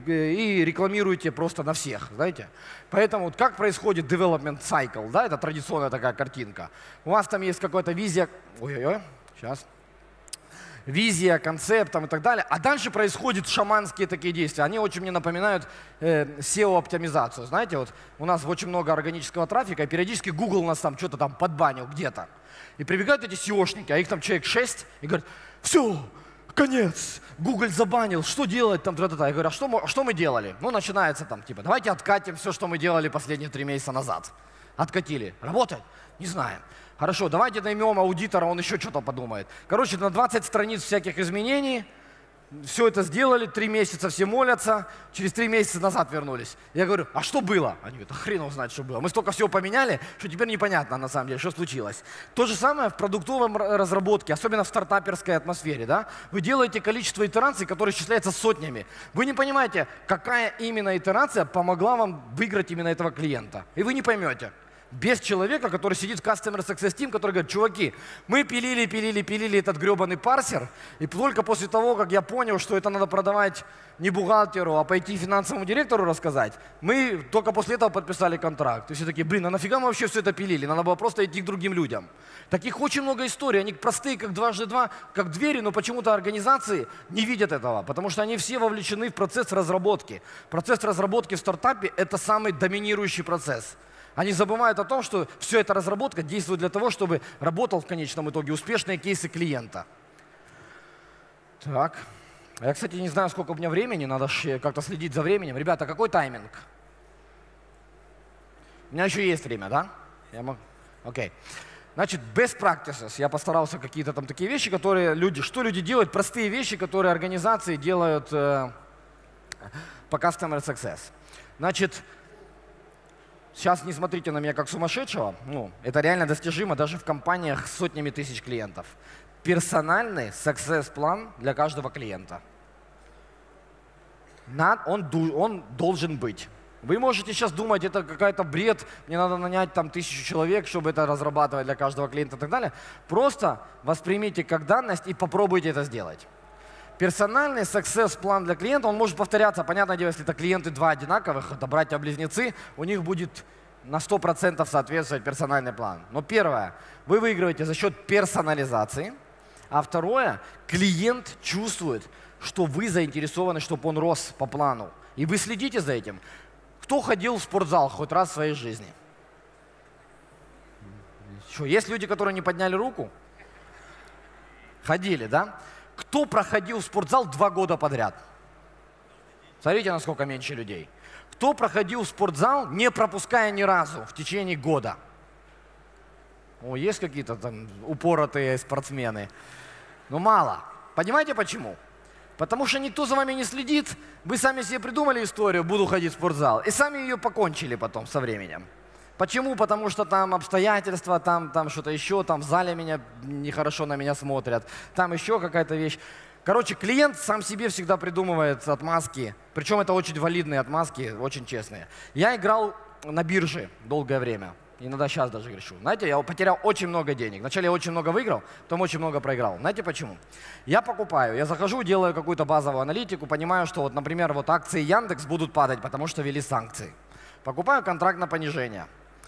и рекламируете просто на всех, знаете. Поэтому вот как происходит development cycle, да, это традиционная такая картинка. У вас там есть какая-то визия, сейчас. визия, концепт там, и так далее. А дальше происходят шаманские такие действия. Они очень мне напоминают SEO-оптимизацию. Знаете, вот у нас очень много органического трафика, и периодически Google нас там что-то там подбанил где-то. И прибегают эти SEOшники, а их там человек 6, и говорят, все, конец, Google забанил, что делать там, та-та-та. Я говорю, а что мы делали? Ну, начинается там, типа, давайте откатим все, что мы делали последние 3 месяца назад. Откатили. Работает? Не знаем. Хорошо, давайте наймем аудитора, он еще что-то подумает. Короче, на 20 страниц всяких изменений, все это сделали, 3 месяца все молятся, через 3 месяца назад вернулись. Я говорю, а что было? Они говорят, а хрен его знает, что было. Мы столько всего поменяли, что теперь непонятно на самом деле, что случилось. То же самое в продуктовом разработке, особенно в стартаперской атмосфере. Да? Вы делаете количество итераций, которое исчисляется сотнями. Вы не понимаете, какая именно итерация помогла вам выиграть именно этого клиента. И вы не поймете. Без человека, который сидит в Customer Success Team, который говорит, чуваки, мы пилили этот гребаный парсер, и только после того, как я понял, что это надо продавать не бухгалтеру, а пойти финансовому директору рассказать, мы только после этого подписали контракт. И все такие, блин, а нафига мы вообще все это пилили? Надо было просто идти к другим людям. Таких очень много историй, они простые, как 2x2, как двери, но почему-то организации не видят этого, потому что они все вовлечены в процесс разработки. Процесс разработки в стартапе – это самый доминирующий процесс. Они забывают о том, что все эта разработка действует для того, чтобы работал в конечном итоге успешные кейсы клиента. Так. Я, кстати, не знаю, сколько у меня времени, надо как-то следить за временем. Ребята, какой тайминг? У меня еще есть время, да? Окей. Значит, best practices. Я постарался какие-то там такие вещи, которые что люди делают, простые вещи, которые организации делают по Customer Success. Значит, сейчас не смотрите на меня как сумасшедшего, это реально достижимо даже в компаниях с сотнями тысяч клиентов. Персональный success-план для каждого клиента. Он должен быть. Вы можете сейчас думать, это какой-то бред, мне надо нанять там 1000 человек, чтобы это разрабатывать для каждого клиента и так далее. Просто воспримите как данность и попробуйте это сделать. Персональный success-план для клиента, он может повторяться. Понятное дело, если это клиенты 2 одинаковых, это братья-близнецы, у них будет на 100% соответствовать персональный план. Но первое, вы выигрываете за счет персонализации. А второе, клиент чувствует, что вы заинтересованы, чтобы он рос по плану. И вы следите за этим. Кто ходил в спортзал хоть раз в своей жизни? Что, есть люди, которые не подняли руку? Ходили, да? Кто проходил в спортзал 2 года подряд? Смотрите, насколько меньше людей. Кто проходил в спортзал, не пропуская ни разу в течение года? О, есть какие-то там упоротые спортсмены. Но мало. Понимаете почему? Потому что никто за вами не следит. Вы сами себе придумали историю, буду ходить в спортзал. И сами ее покончили потом со временем. Почему? Потому что там обстоятельства, там что-то еще, там в зале нехорошо на меня смотрят, там еще какая-то вещь. Короче, клиент сам себе всегда придумывает отмазки, причем это очень валидные отмазки, очень честные. Я играл на бирже долгое время, иногда сейчас даже грешу. Знаете, я потерял очень много денег. Вначале я очень много выиграл, потом очень много проиграл. Знаете почему? Я покупаю, я захожу, делаю какую-то базовую аналитику, понимаю, что, вот, например, вот акции Яндекс будут падать, потому что ввели санкции. Покупаю контракт на понижение.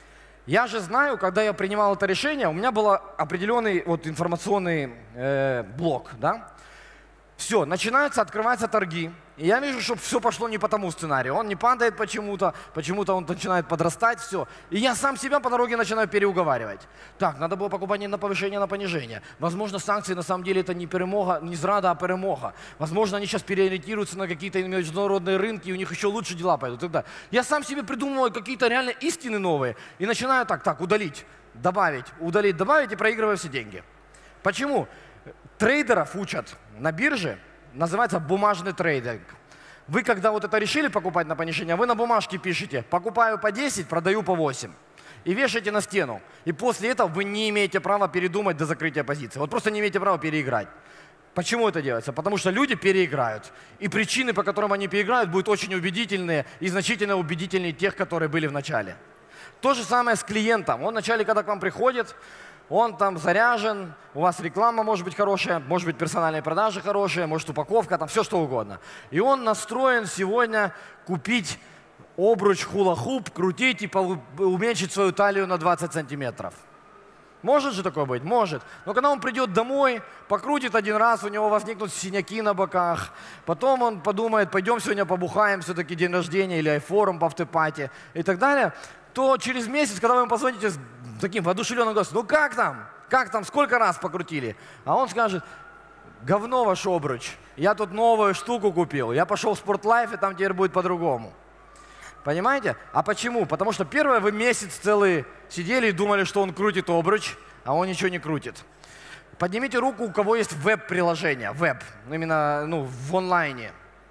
Я же знаю, когда я принимал это решение, у меня был определенный вот информационный блок, да? Все, открываются торги, и я вижу, что все пошло не по тому сценарию. Он не падает почему-то он начинает подрастать, все. И я сам себя по дороге начинаю переуговаривать. Так, надо было покупать не на повышение, а на понижение. Возможно, санкции на самом деле это не перемога, не зрада, а перемога. Возможно, они сейчас переориентируются на какие-то международные рынки, и у них еще лучше дела пойдут. Тогда я сам себе придумываю какие-то реально истины новые и начинаю так, удалить, добавить, удалить, добавить и проигрываю все деньги. Почему? Трейдеров учат на бирже, называется бумажный трейдинг. Вы когда вот это решили покупать на понижение, вы на бумажке пишете, покупаю по 10, продаю по 8. И вешаете на стену. И после этого вы не имеете права передумать до закрытия позиции. Вот просто не имеете права переиграть. Почему это делается? Потому что люди переиграют. И причины, по которым они переиграют, будут очень убедительные и значительно убедительнее тех, которые были в начале. То же самое с клиентом. Он вначале, когда к вам приходит, он там заряжен, у вас реклама может быть хорошая, может быть персональные продажи хорошие, может упаковка, там все что угодно. И он настроен сегодня купить обруч хула-хуп, крутить и уменьшить свою талию на 20 сантиметров. Может же такое быть? Может. Но когда он придет домой, покрутит один раз, у него возникнут синяки на боках, потом он подумает, пойдем сегодня побухаем, все-таки день рождения или айфорум по автопати и так далее, то через месяц, когда вы ему позвоните с таким воодушевленным голосом, ну как там? Как там? Сколько раз покрутили? А он скажет, говно ваш обруч, я тут новую штуку купил, я пошел в Спортлайф, и там теперь будет по-другому. Понимаете? А почему? Потому что первое, вы месяц целый сидели и думали, что он крутит обруч, а он ничего не крутит. Поднимите руку, у кого есть веб-приложение, именно в онлайне.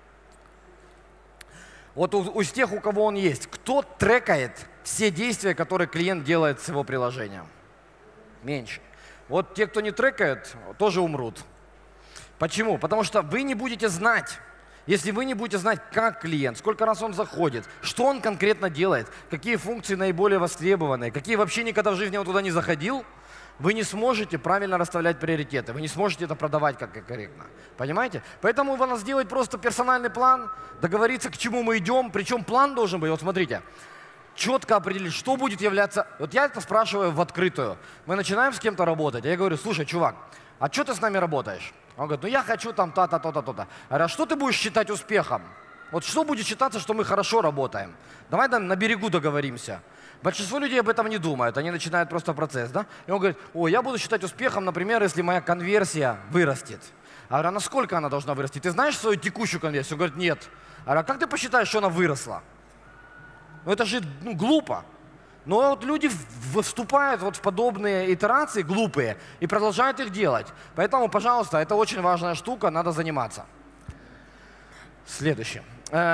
Вот из тех, у кого он есть, кто трекает все действия, которые клиент делает с его приложением? Меньше. Вот те, кто не трекают, тоже умрут. Почему? Потому что вы не будете знать. Если вы не будете знать, как клиент, сколько раз он заходит, что он конкретно делает, какие функции наиболее востребованные, какие вообще никогда в жизни он туда не заходил, вы не сможете правильно расставлять приоритеты, вы не сможете это продавать как корректно. Понимаете? Поэтому надо сделать просто персональный план, договориться, к чему мы идем, причем план должен быть, вот смотрите, четко определить, что будет являться... Вот я это спрашиваю в открытую. Мы начинаем с кем-то работать, а я говорю, слушай, чувак, а что ты с нами работаешь? Он говорит, ну я хочу там то-то, то-то, то-то. Я говорю, а что ты будешь считать успехом? Вот что будет считаться, что мы хорошо работаем? Давай там на берегу договоримся. Большинство людей об этом не думают, они начинают просто процесс, да? И он говорит, ой, я буду считать успехом, например, если моя конверсия вырастет. Я говорю, а насколько она должна вырасти? Ты знаешь свою текущую конверсию? Он говорит, нет. Я говорю, а как ты посчитаешь, что она выросла? Ну это же глупо. Но вот люди вступают вот в подобные итерации глупые и продолжают их делать. Поэтому, пожалуйста, это очень важная штука, надо заниматься. Следующее.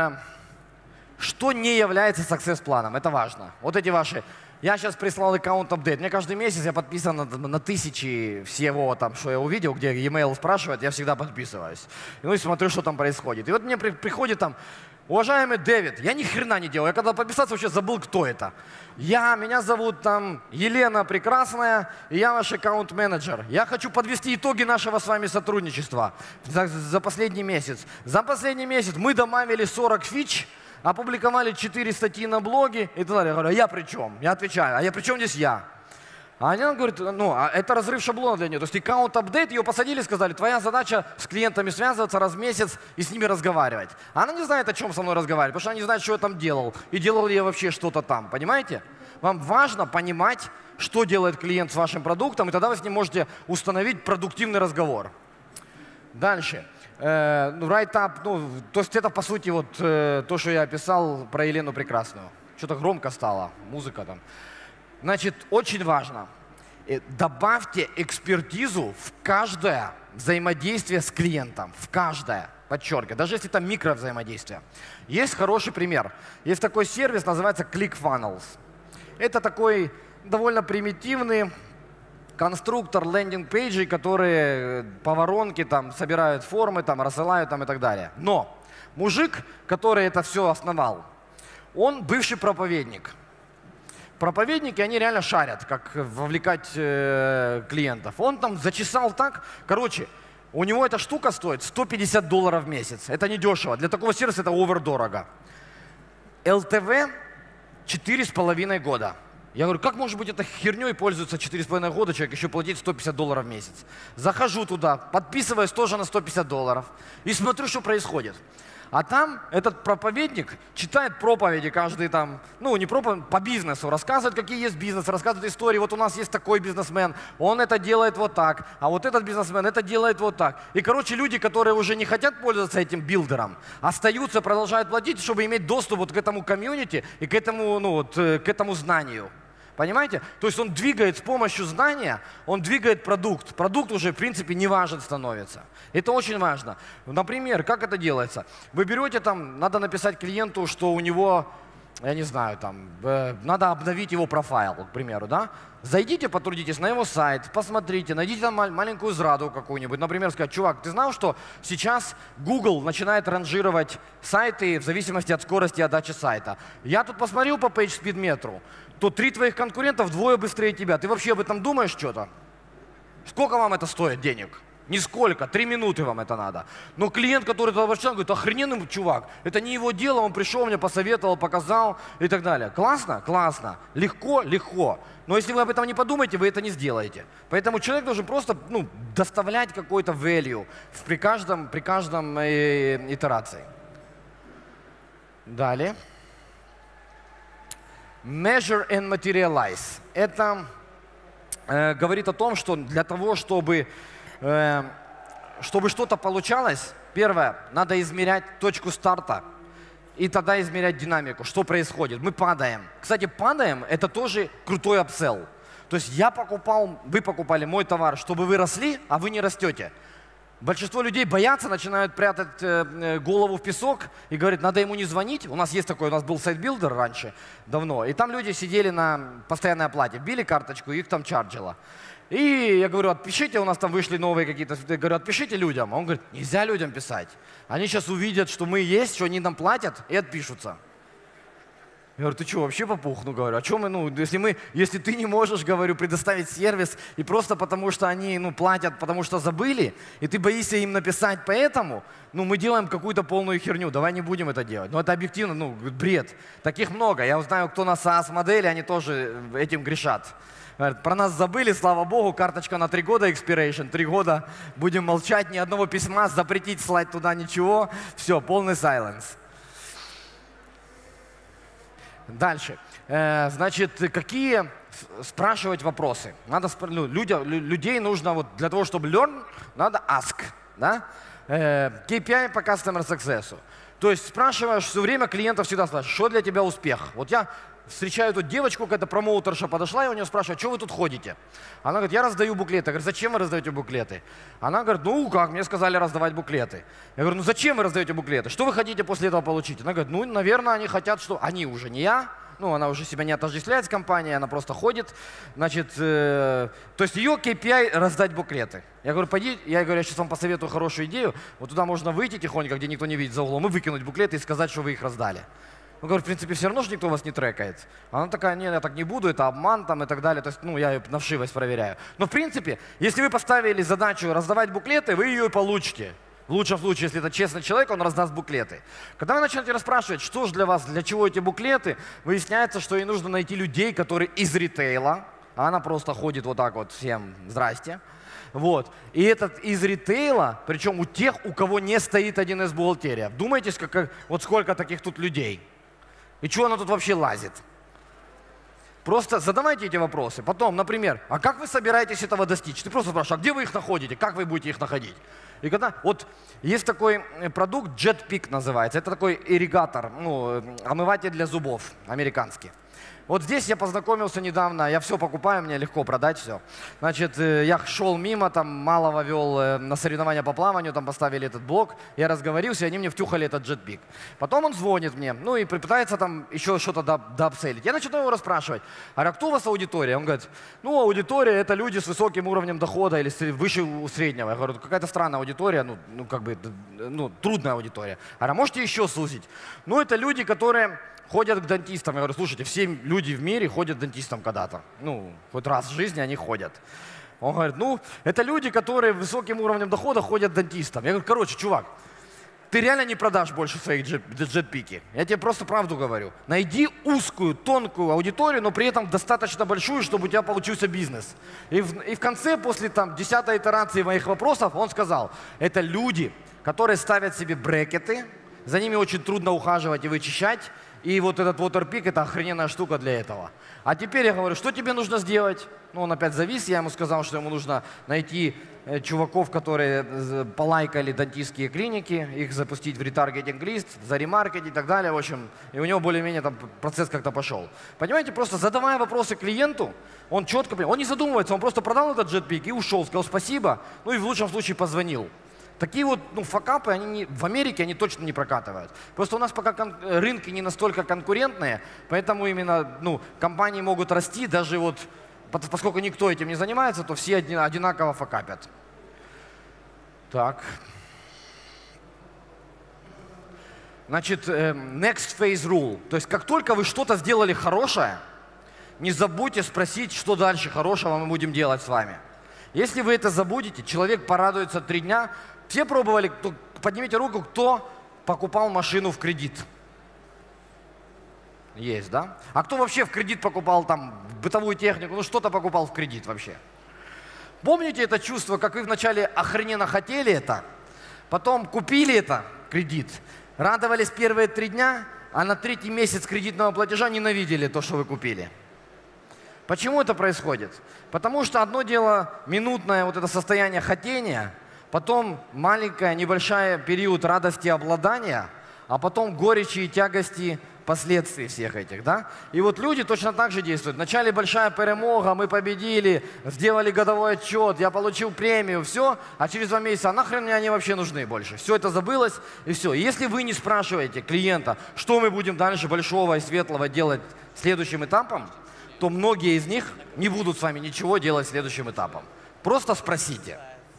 Что не является success-планом? Это важно. Вот эти ваши... Я сейчас прислал аккаунт-апдейт. Мне каждый месяц я подписан на тысячи всего, там, что я увидел, где e-mail спрашивает, я всегда подписываюсь. Ну и смотрю, что там происходит. И вот мне приходит там... Уважаемый Дэвид, я ни хрена не делал. Я когда подписался, вообще забыл, кто это. Меня зовут там Елена Прекрасная, и я ваш аккаунт-менеджер. Я хочу подвести итоги нашего с вами сотрудничества за последний месяц. За последний месяц мы добавили 40 фич, опубликовали 4 статьи на блоге и так далее. Я говорю, а я при чем? Я отвечаю, а я при чем здесь я? А она говорит, это разрыв шаблона для нее. То есть аккаунт-апдейт, ее посадили, сказали, твоя задача с клиентами связываться раз в месяц и с ними разговаривать. А она не знает, о чем со мной разговаривать, потому что она не знает, что я там делал. И делал ли я вообще что-то там, понимаете? Вам важно понимать, что делает клиент с вашим продуктом, и тогда вы с ним можете установить продуктивный разговор. Дальше. Write-up, то есть это, по сути, вот то, что я описал про Елену Прекрасную. Что-то громко стало, музыка там. Значит, очень важно, добавьте экспертизу в каждое взаимодействие с клиентом, в каждое, подчеркиваю, даже если это микровзаимодействие. Есть хороший пример. Есть такой сервис, называется ClickFunnels. Это такой довольно примитивный конструктор лендинг-пейджей, которые по воронке там собирают формы, там рассылают там, и так далее. Но мужик, который это все основал, он бывший проповедник. Проповедники, они реально шарят, как вовлекать клиентов. Он там зачесал так. Короче, у него эта штука стоит $150 в месяц. Это не дешево. Для такого сервиса это овердорого. ЛТВ 4,5 года. Я говорю, как может быть этой херней пользуется 4,5 года человек, еще платить $150 в месяц? Захожу туда, подписываюсь тоже на $150 и смотрю, что происходит. А там этот проповедник читает проповеди каждый там, не проповедь, по бизнесу, рассказывает, какие есть бизнесы, рассказывает истории. Вот у нас есть такой бизнесмен, он это делает вот так, а вот этот бизнесмен это делает вот так. И, короче, люди, которые уже не хотят пользоваться этим билдером, остаются, продолжают платить, чтобы иметь доступ вот к этому комьюнити и к этому, к этому знанию. Понимаете? То есть он двигает с помощью знания, он двигает продукт. Продукт уже, в принципе, не важен становится. Это очень важно. Например, как это делается? Вы берете там, надо написать клиенту, что у него, я не знаю, там, надо обновить его профайл, к примеру, да? Зайдите, потрудитесь на его сайт, посмотрите, найдите там маленькую зраду какую-нибудь. Например, сказать, чувак, ты знал, что сейчас Google начинает ранжировать сайты в зависимости от скорости отдачи сайта? Я тут посмотрел по PageSpeed-метру, то 3 твоих конкурентов вдвое быстрее тебя. Ты вообще об этом думаешь что-то? Сколько вам это стоит денег? Нисколько, 3 минуты вам это надо. Но клиент, который туда обращался, говорит, охрененный чувак, это не его дело, он пришел, мне посоветовал, показал и так далее. Классно? Классно. Легко? Легко. Но если вы об этом не подумаете, вы это не сделаете. Поэтому человек должен просто доставлять какой-то value при каждом итерации. Далее. Measure and materialize. Это говорит о том, что для того, чтобы что-то получалось, первое, надо измерять точку старта и тогда измерять динамику, что происходит. Мы падаем. Кстати, падаем – это тоже крутой апселл. То есть вы покупали мой товар, чтобы вы росли, а вы не растете. Большинство людей боятся, начинают прятать голову в песок и говорят, надо ему не звонить. У нас есть такой, у нас был сайт-билдер раньше, давно, и там люди сидели на постоянной оплате, вбили карточку, их там чарджило. И я говорю, отпишите, у нас там вышли новые какие-то, я говорю, отпишите людям. А он говорит, нельзя людям писать. Они сейчас увидят, что мы есть, что они нам платят, и отпишутся. Я говорю, ты что, вообще попух? Ну, говорю, а что мы, если ты не можешь, говорю, предоставить сервис, и просто потому что они, платят, потому что забыли, и ты боишься им написать поэтому, мы делаем какую-то полную херню, давай не будем это делать. Но это объективно, бред. Таких много. Я знаю, кто на SaaS-модели, они тоже этим грешат. Говорят, про нас забыли, слава богу, карточка на 3 года expiration, 3 года будем молчать, ни одного письма, запретить слать туда ничего, все, полный silence. Дальше. Значит, какие спрашивать вопросы? Надо людей нужно для того, чтобы learn, надо ask. Да? KPI по Customer Success. То есть спрашиваешь все время, клиентов всегда спрашиваешь, что для тебя успех? Вот я встречаю тут девочку, какая-то промоутерша подошла, и у нее спрашивают, что вы тут ходите? Она говорит, я раздаю буклеты. Я говорю, зачем вы раздаете буклеты? Она говорит, мне сказали раздавать буклеты. Я говорю, зачем вы раздаете буклеты? Что вы хотите после этого получить? Она говорит, наверное, они хотят, что... Они уже не я. Она уже себя не отождествляет с компанией, она просто ходит. Значит, то есть ее KPI раздать буклеты. Я говорю, я сейчас вам посоветую хорошую идею. Вот туда можно выйти тихонько, где никто не видит за углом, и выкинуть буклеты и сказать, что вы их раздали. Он говорит, в принципе, все равно же никто вас не трекает. Она такая, нет, я так не буду, это обман там и так далее. То есть, я ее на вшивость проверяю. Но, в принципе, если вы поставили задачу раздавать буклеты, вы ее и получите. В лучшем случае, если это честный человек, он раздаст буклеты. Когда вы начнете расспрашивать, что же для вас, для чего эти буклеты, выясняется, что ей нужно найти людей, которые из ритейла, а она просто ходит вот так вот, всем здрасте. Вот. И этот из ритейла, причем у тех, у кого не стоит 1С бухгалтерия. Вдумайтесь, вот сколько таких тут людей. И чего она тут вообще лазит? Просто задавайте эти вопросы. Потом, например, а как вы собираетесь этого достичь? Ты просто спрашиваешь, а где вы их находите? Как вы будете их находить? И когда, вот есть такой продукт, JetPeak называется. Это такой ирригатор, омыватель для зубов, американский. Вот здесь я познакомился недавно, я все покупаю, мне легко продать все. Значит, я шел мимо, там Малого вел на соревнования по плаванию, там поставили этот блок, я разговорился, и они мне втюхали этот JetPeak. Потом он звонит мне, и пытается там еще что-то доапселить. Я начинаю его расспрашивать, а кто у вас аудитория? Он говорит, аудитория это люди с высоким уровнем дохода или выше среднего. Я говорю, какая-то странная аудитория, трудная аудитория. А можете еще сузить? Это люди, которые ходят к дантистам. Я говорю, слушайте, все люди в мире ходят к дантистам когда-то. Хоть раз в жизни они ходят. Он говорит, это люди, которые высоким уровнем дохода ходят к дантистам. Я говорю, чувак, ты реально не продашь больше своих JetPeak. Я тебе просто правду говорю. Найди узкую, тонкую аудиторию, но при этом достаточно большую, чтобы у тебя получился бизнес. И в конце, после 10-й итерации моих вопросов, он сказал, это люди, которые ставят себе брекеты, за ними очень трудно ухаживать и вычищать. И вот этот WaterPeak – это охрененная штука для этого. А теперь я говорю, что тебе нужно сделать? Он опять завис, я ему сказал, что ему нужно найти чуваков, которые полайкали дантистские клиники, их запустить в ретаргетинг-лист, заремаркетить и так далее. В общем, и у него более-менее там процесс как-то пошел. Понимаете, просто задавая вопросы клиенту, он четко, он не задумывается, он просто продал этот JetPeak и ушел, сказал спасибо, и в лучшем случае позвонил. Такие вот факапы, в Америке они точно не прокатывают. Просто у нас пока рынки не настолько конкурентные, поэтому именно компании могут расти, даже поскольку никто этим не занимается, то все одинаково факапят. Так. Значит, next phase rule. То есть как только вы что-то сделали хорошее, не забудьте спросить, что дальше хорошего мы будем делать с вами. Если вы это забудете, человек порадуется 3 дня. Все пробовали, поднимите руку, кто покупал машину в кредит. Есть, да? А кто вообще в кредит покупал там бытовую технику, ну что-то покупал в кредит вообще? Помните это чувство, как вы вначале охрененно хотели это, потом купили это, кредит, радовались первые 3 дня, а на 3-й месяц кредитного платежа ненавидели то, что вы купили? Почему это происходит? Потому что одно дело минутное вот это состояние хотения, потом маленькая, небольшая период радости обладания, а потом горечи и тягости последствий всех этих, да? И вот люди точно так же действуют. Вначале большая перемога, мы победили, сделали годовой отчет, я получил премию, все, а через 2 месяца, а нахрен мне они вообще нужны больше? Все это забылось, и все. И если вы не спрашиваете клиента, что мы будем дальше большого и светлого делать следующим этапом, то многие из них не будут с вами ничего делать следующим этапом. Просто спросите.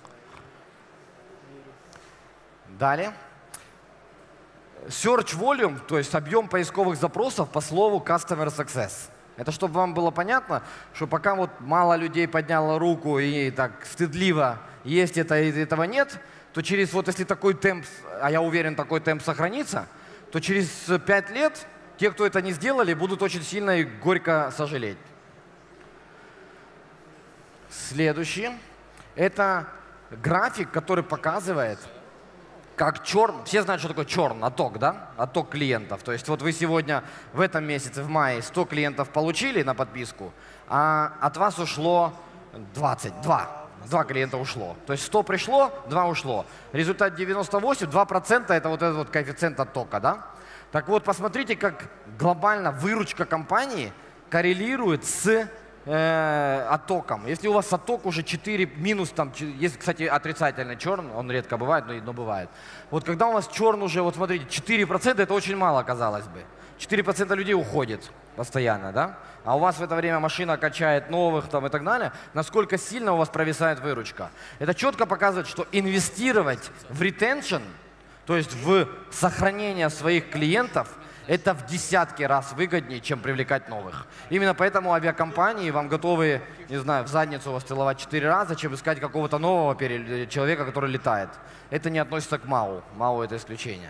Далее. Search volume, то есть объем поисковых запросов по слову Customer Success. Это чтобы вам было понятно, что пока вот мало людей подняло руку и так стыдливо есть это и этого нет, то через вот если такой темп, а я уверен, такой темп сохранится, то через 5 лет те, кто это не сделали, будут очень сильно и горько сожалеть. Следующий. Это график, который показывает, как черн, все знают, что такое черн, отток, да? Отток клиентов. То есть вот вы сегодня в этом месяце, в мае, 100 клиентов получили на подписку, а от вас ушло 22. 2 клиента ушло. То есть 100 пришло, 2 ушло. Результат 98, 2% это вот этот вот коэффициент оттока, да? Так вот, посмотрите, как глобально выручка компании коррелирует с оттоком. Если у вас отток уже 4 минус, там, есть, кстати, отрицательный черн, он редко бывает, но бывает. Вот когда у вас черн уже, вот смотрите, 4%, это очень мало, казалось бы. 4% людей уходит постоянно, да? А у вас в это время машина качает новых там, и так далее. Насколько сильно у вас провисает выручка? Это четко показывает, что инвестировать в retention, то есть в сохранение своих клиентов, это в десятки раз выгоднее, чем привлекать новых. Именно поэтому авиакомпании вам готовы, не знаю, в задницу вас целовать 4 раза, чем искать какого-то нового человека, который летает. Это не относится к МАУ. МАУ — это исключение.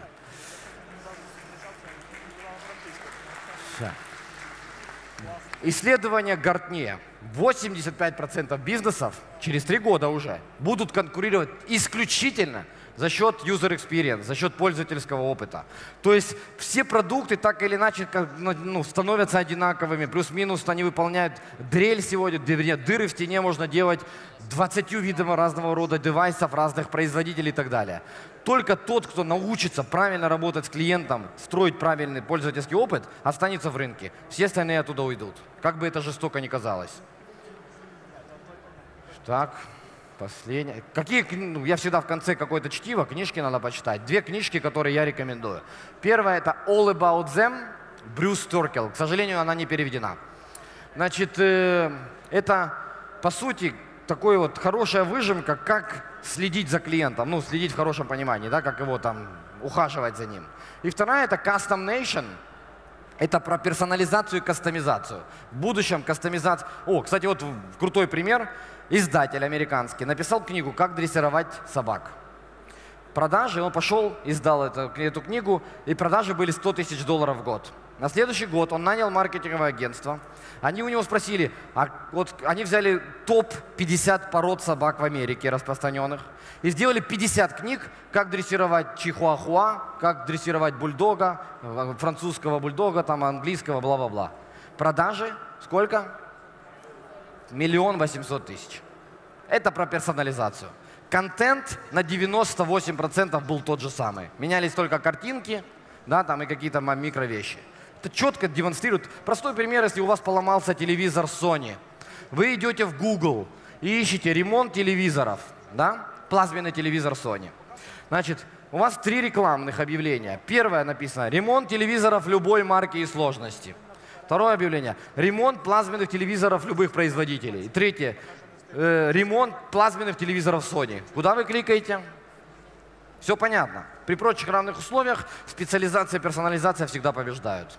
Исследование Гартнье. 85% бизнесов через 3 года уже будут конкурировать исключительно за счет user experience, за счет пользовательского опыта. То есть все продукты так или иначе становятся одинаковыми, плюс-минус они выполняют дрель сегодня, дыры в стене можно делать 20 видов разного рода девайсов, разных производителей и так далее. Только тот, кто научится правильно работать с клиентом, строить правильный пользовательский опыт, останется в рынке. Все остальные оттуда уйдут. Как бы это жестоко ни казалось. Так. Последнее. Я всегда в конце какое-то чтиво, книжки надо почитать. 2 книжки, которые я рекомендую. Первая — это All About Them, Брюс Торкел. К сожалению, она не переведена. Значит, это, по сути, такой вот хорошая выжимка, как следить за клиентом. Ну, следить в хорошем понимании, да, как его там, ухаживать за ним. И вторая — это Custom Nation. Это про персонализацию и кастомизацию. В будущем кастомизация... Кстати, вот крутой пример. Издатель американский написал книгу «Как дрессировать собак». Продажи, он пошел, издал эту книгу, и продажи были $100 000 в год. На следующий год он нанял маркетинговое агентство. Они у него спросили, они взяли топ-50 пород собак в Америке распространенных и сделали 50 книг, как дрессировать чихуахуа, как дрессировать бульдога, французского бульдога, там, английского, бла-бла-бла. Продажи сколько? 1 800 000. Это про персонализацию. Контент на 98% был тот же самый. Менялись только картинки, да, там и какие-то микровещи. Это четко демонстрирует. Простой пример, если у вас поломался телевизор Sony. Вы идете в Google и ищете ремонт телевизоров, да, плазменный телевизор Sony. Значит, у вас 3 рекламных объявления. Первое написано: ремонт телевизоров любой марки и сложности. Второе объявление: ремонт плазменных телевизоров любых производителей. И третье: ремонт плазменных телевизоров Sony. Куда вы кликаете? Все понятно. При прочих равных условиях специализация и персонализация всегда побеждают.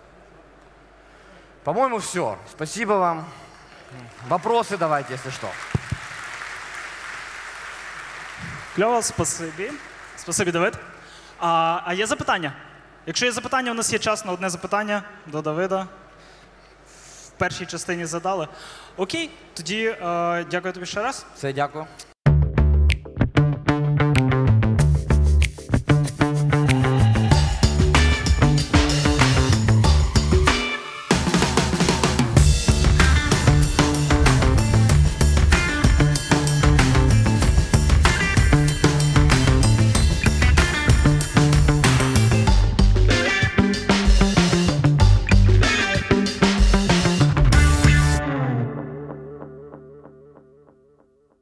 По-моему, все. Спасибо вам. Вопросы давайте, если что. Кльово, спасибі. Спасибі, Давид. А є запитання? Якщо є запитання, у нас є час на одне запитання до Давида. В першій частині задали. Окей, тоді дякую тобі ще раз. Все, дякую.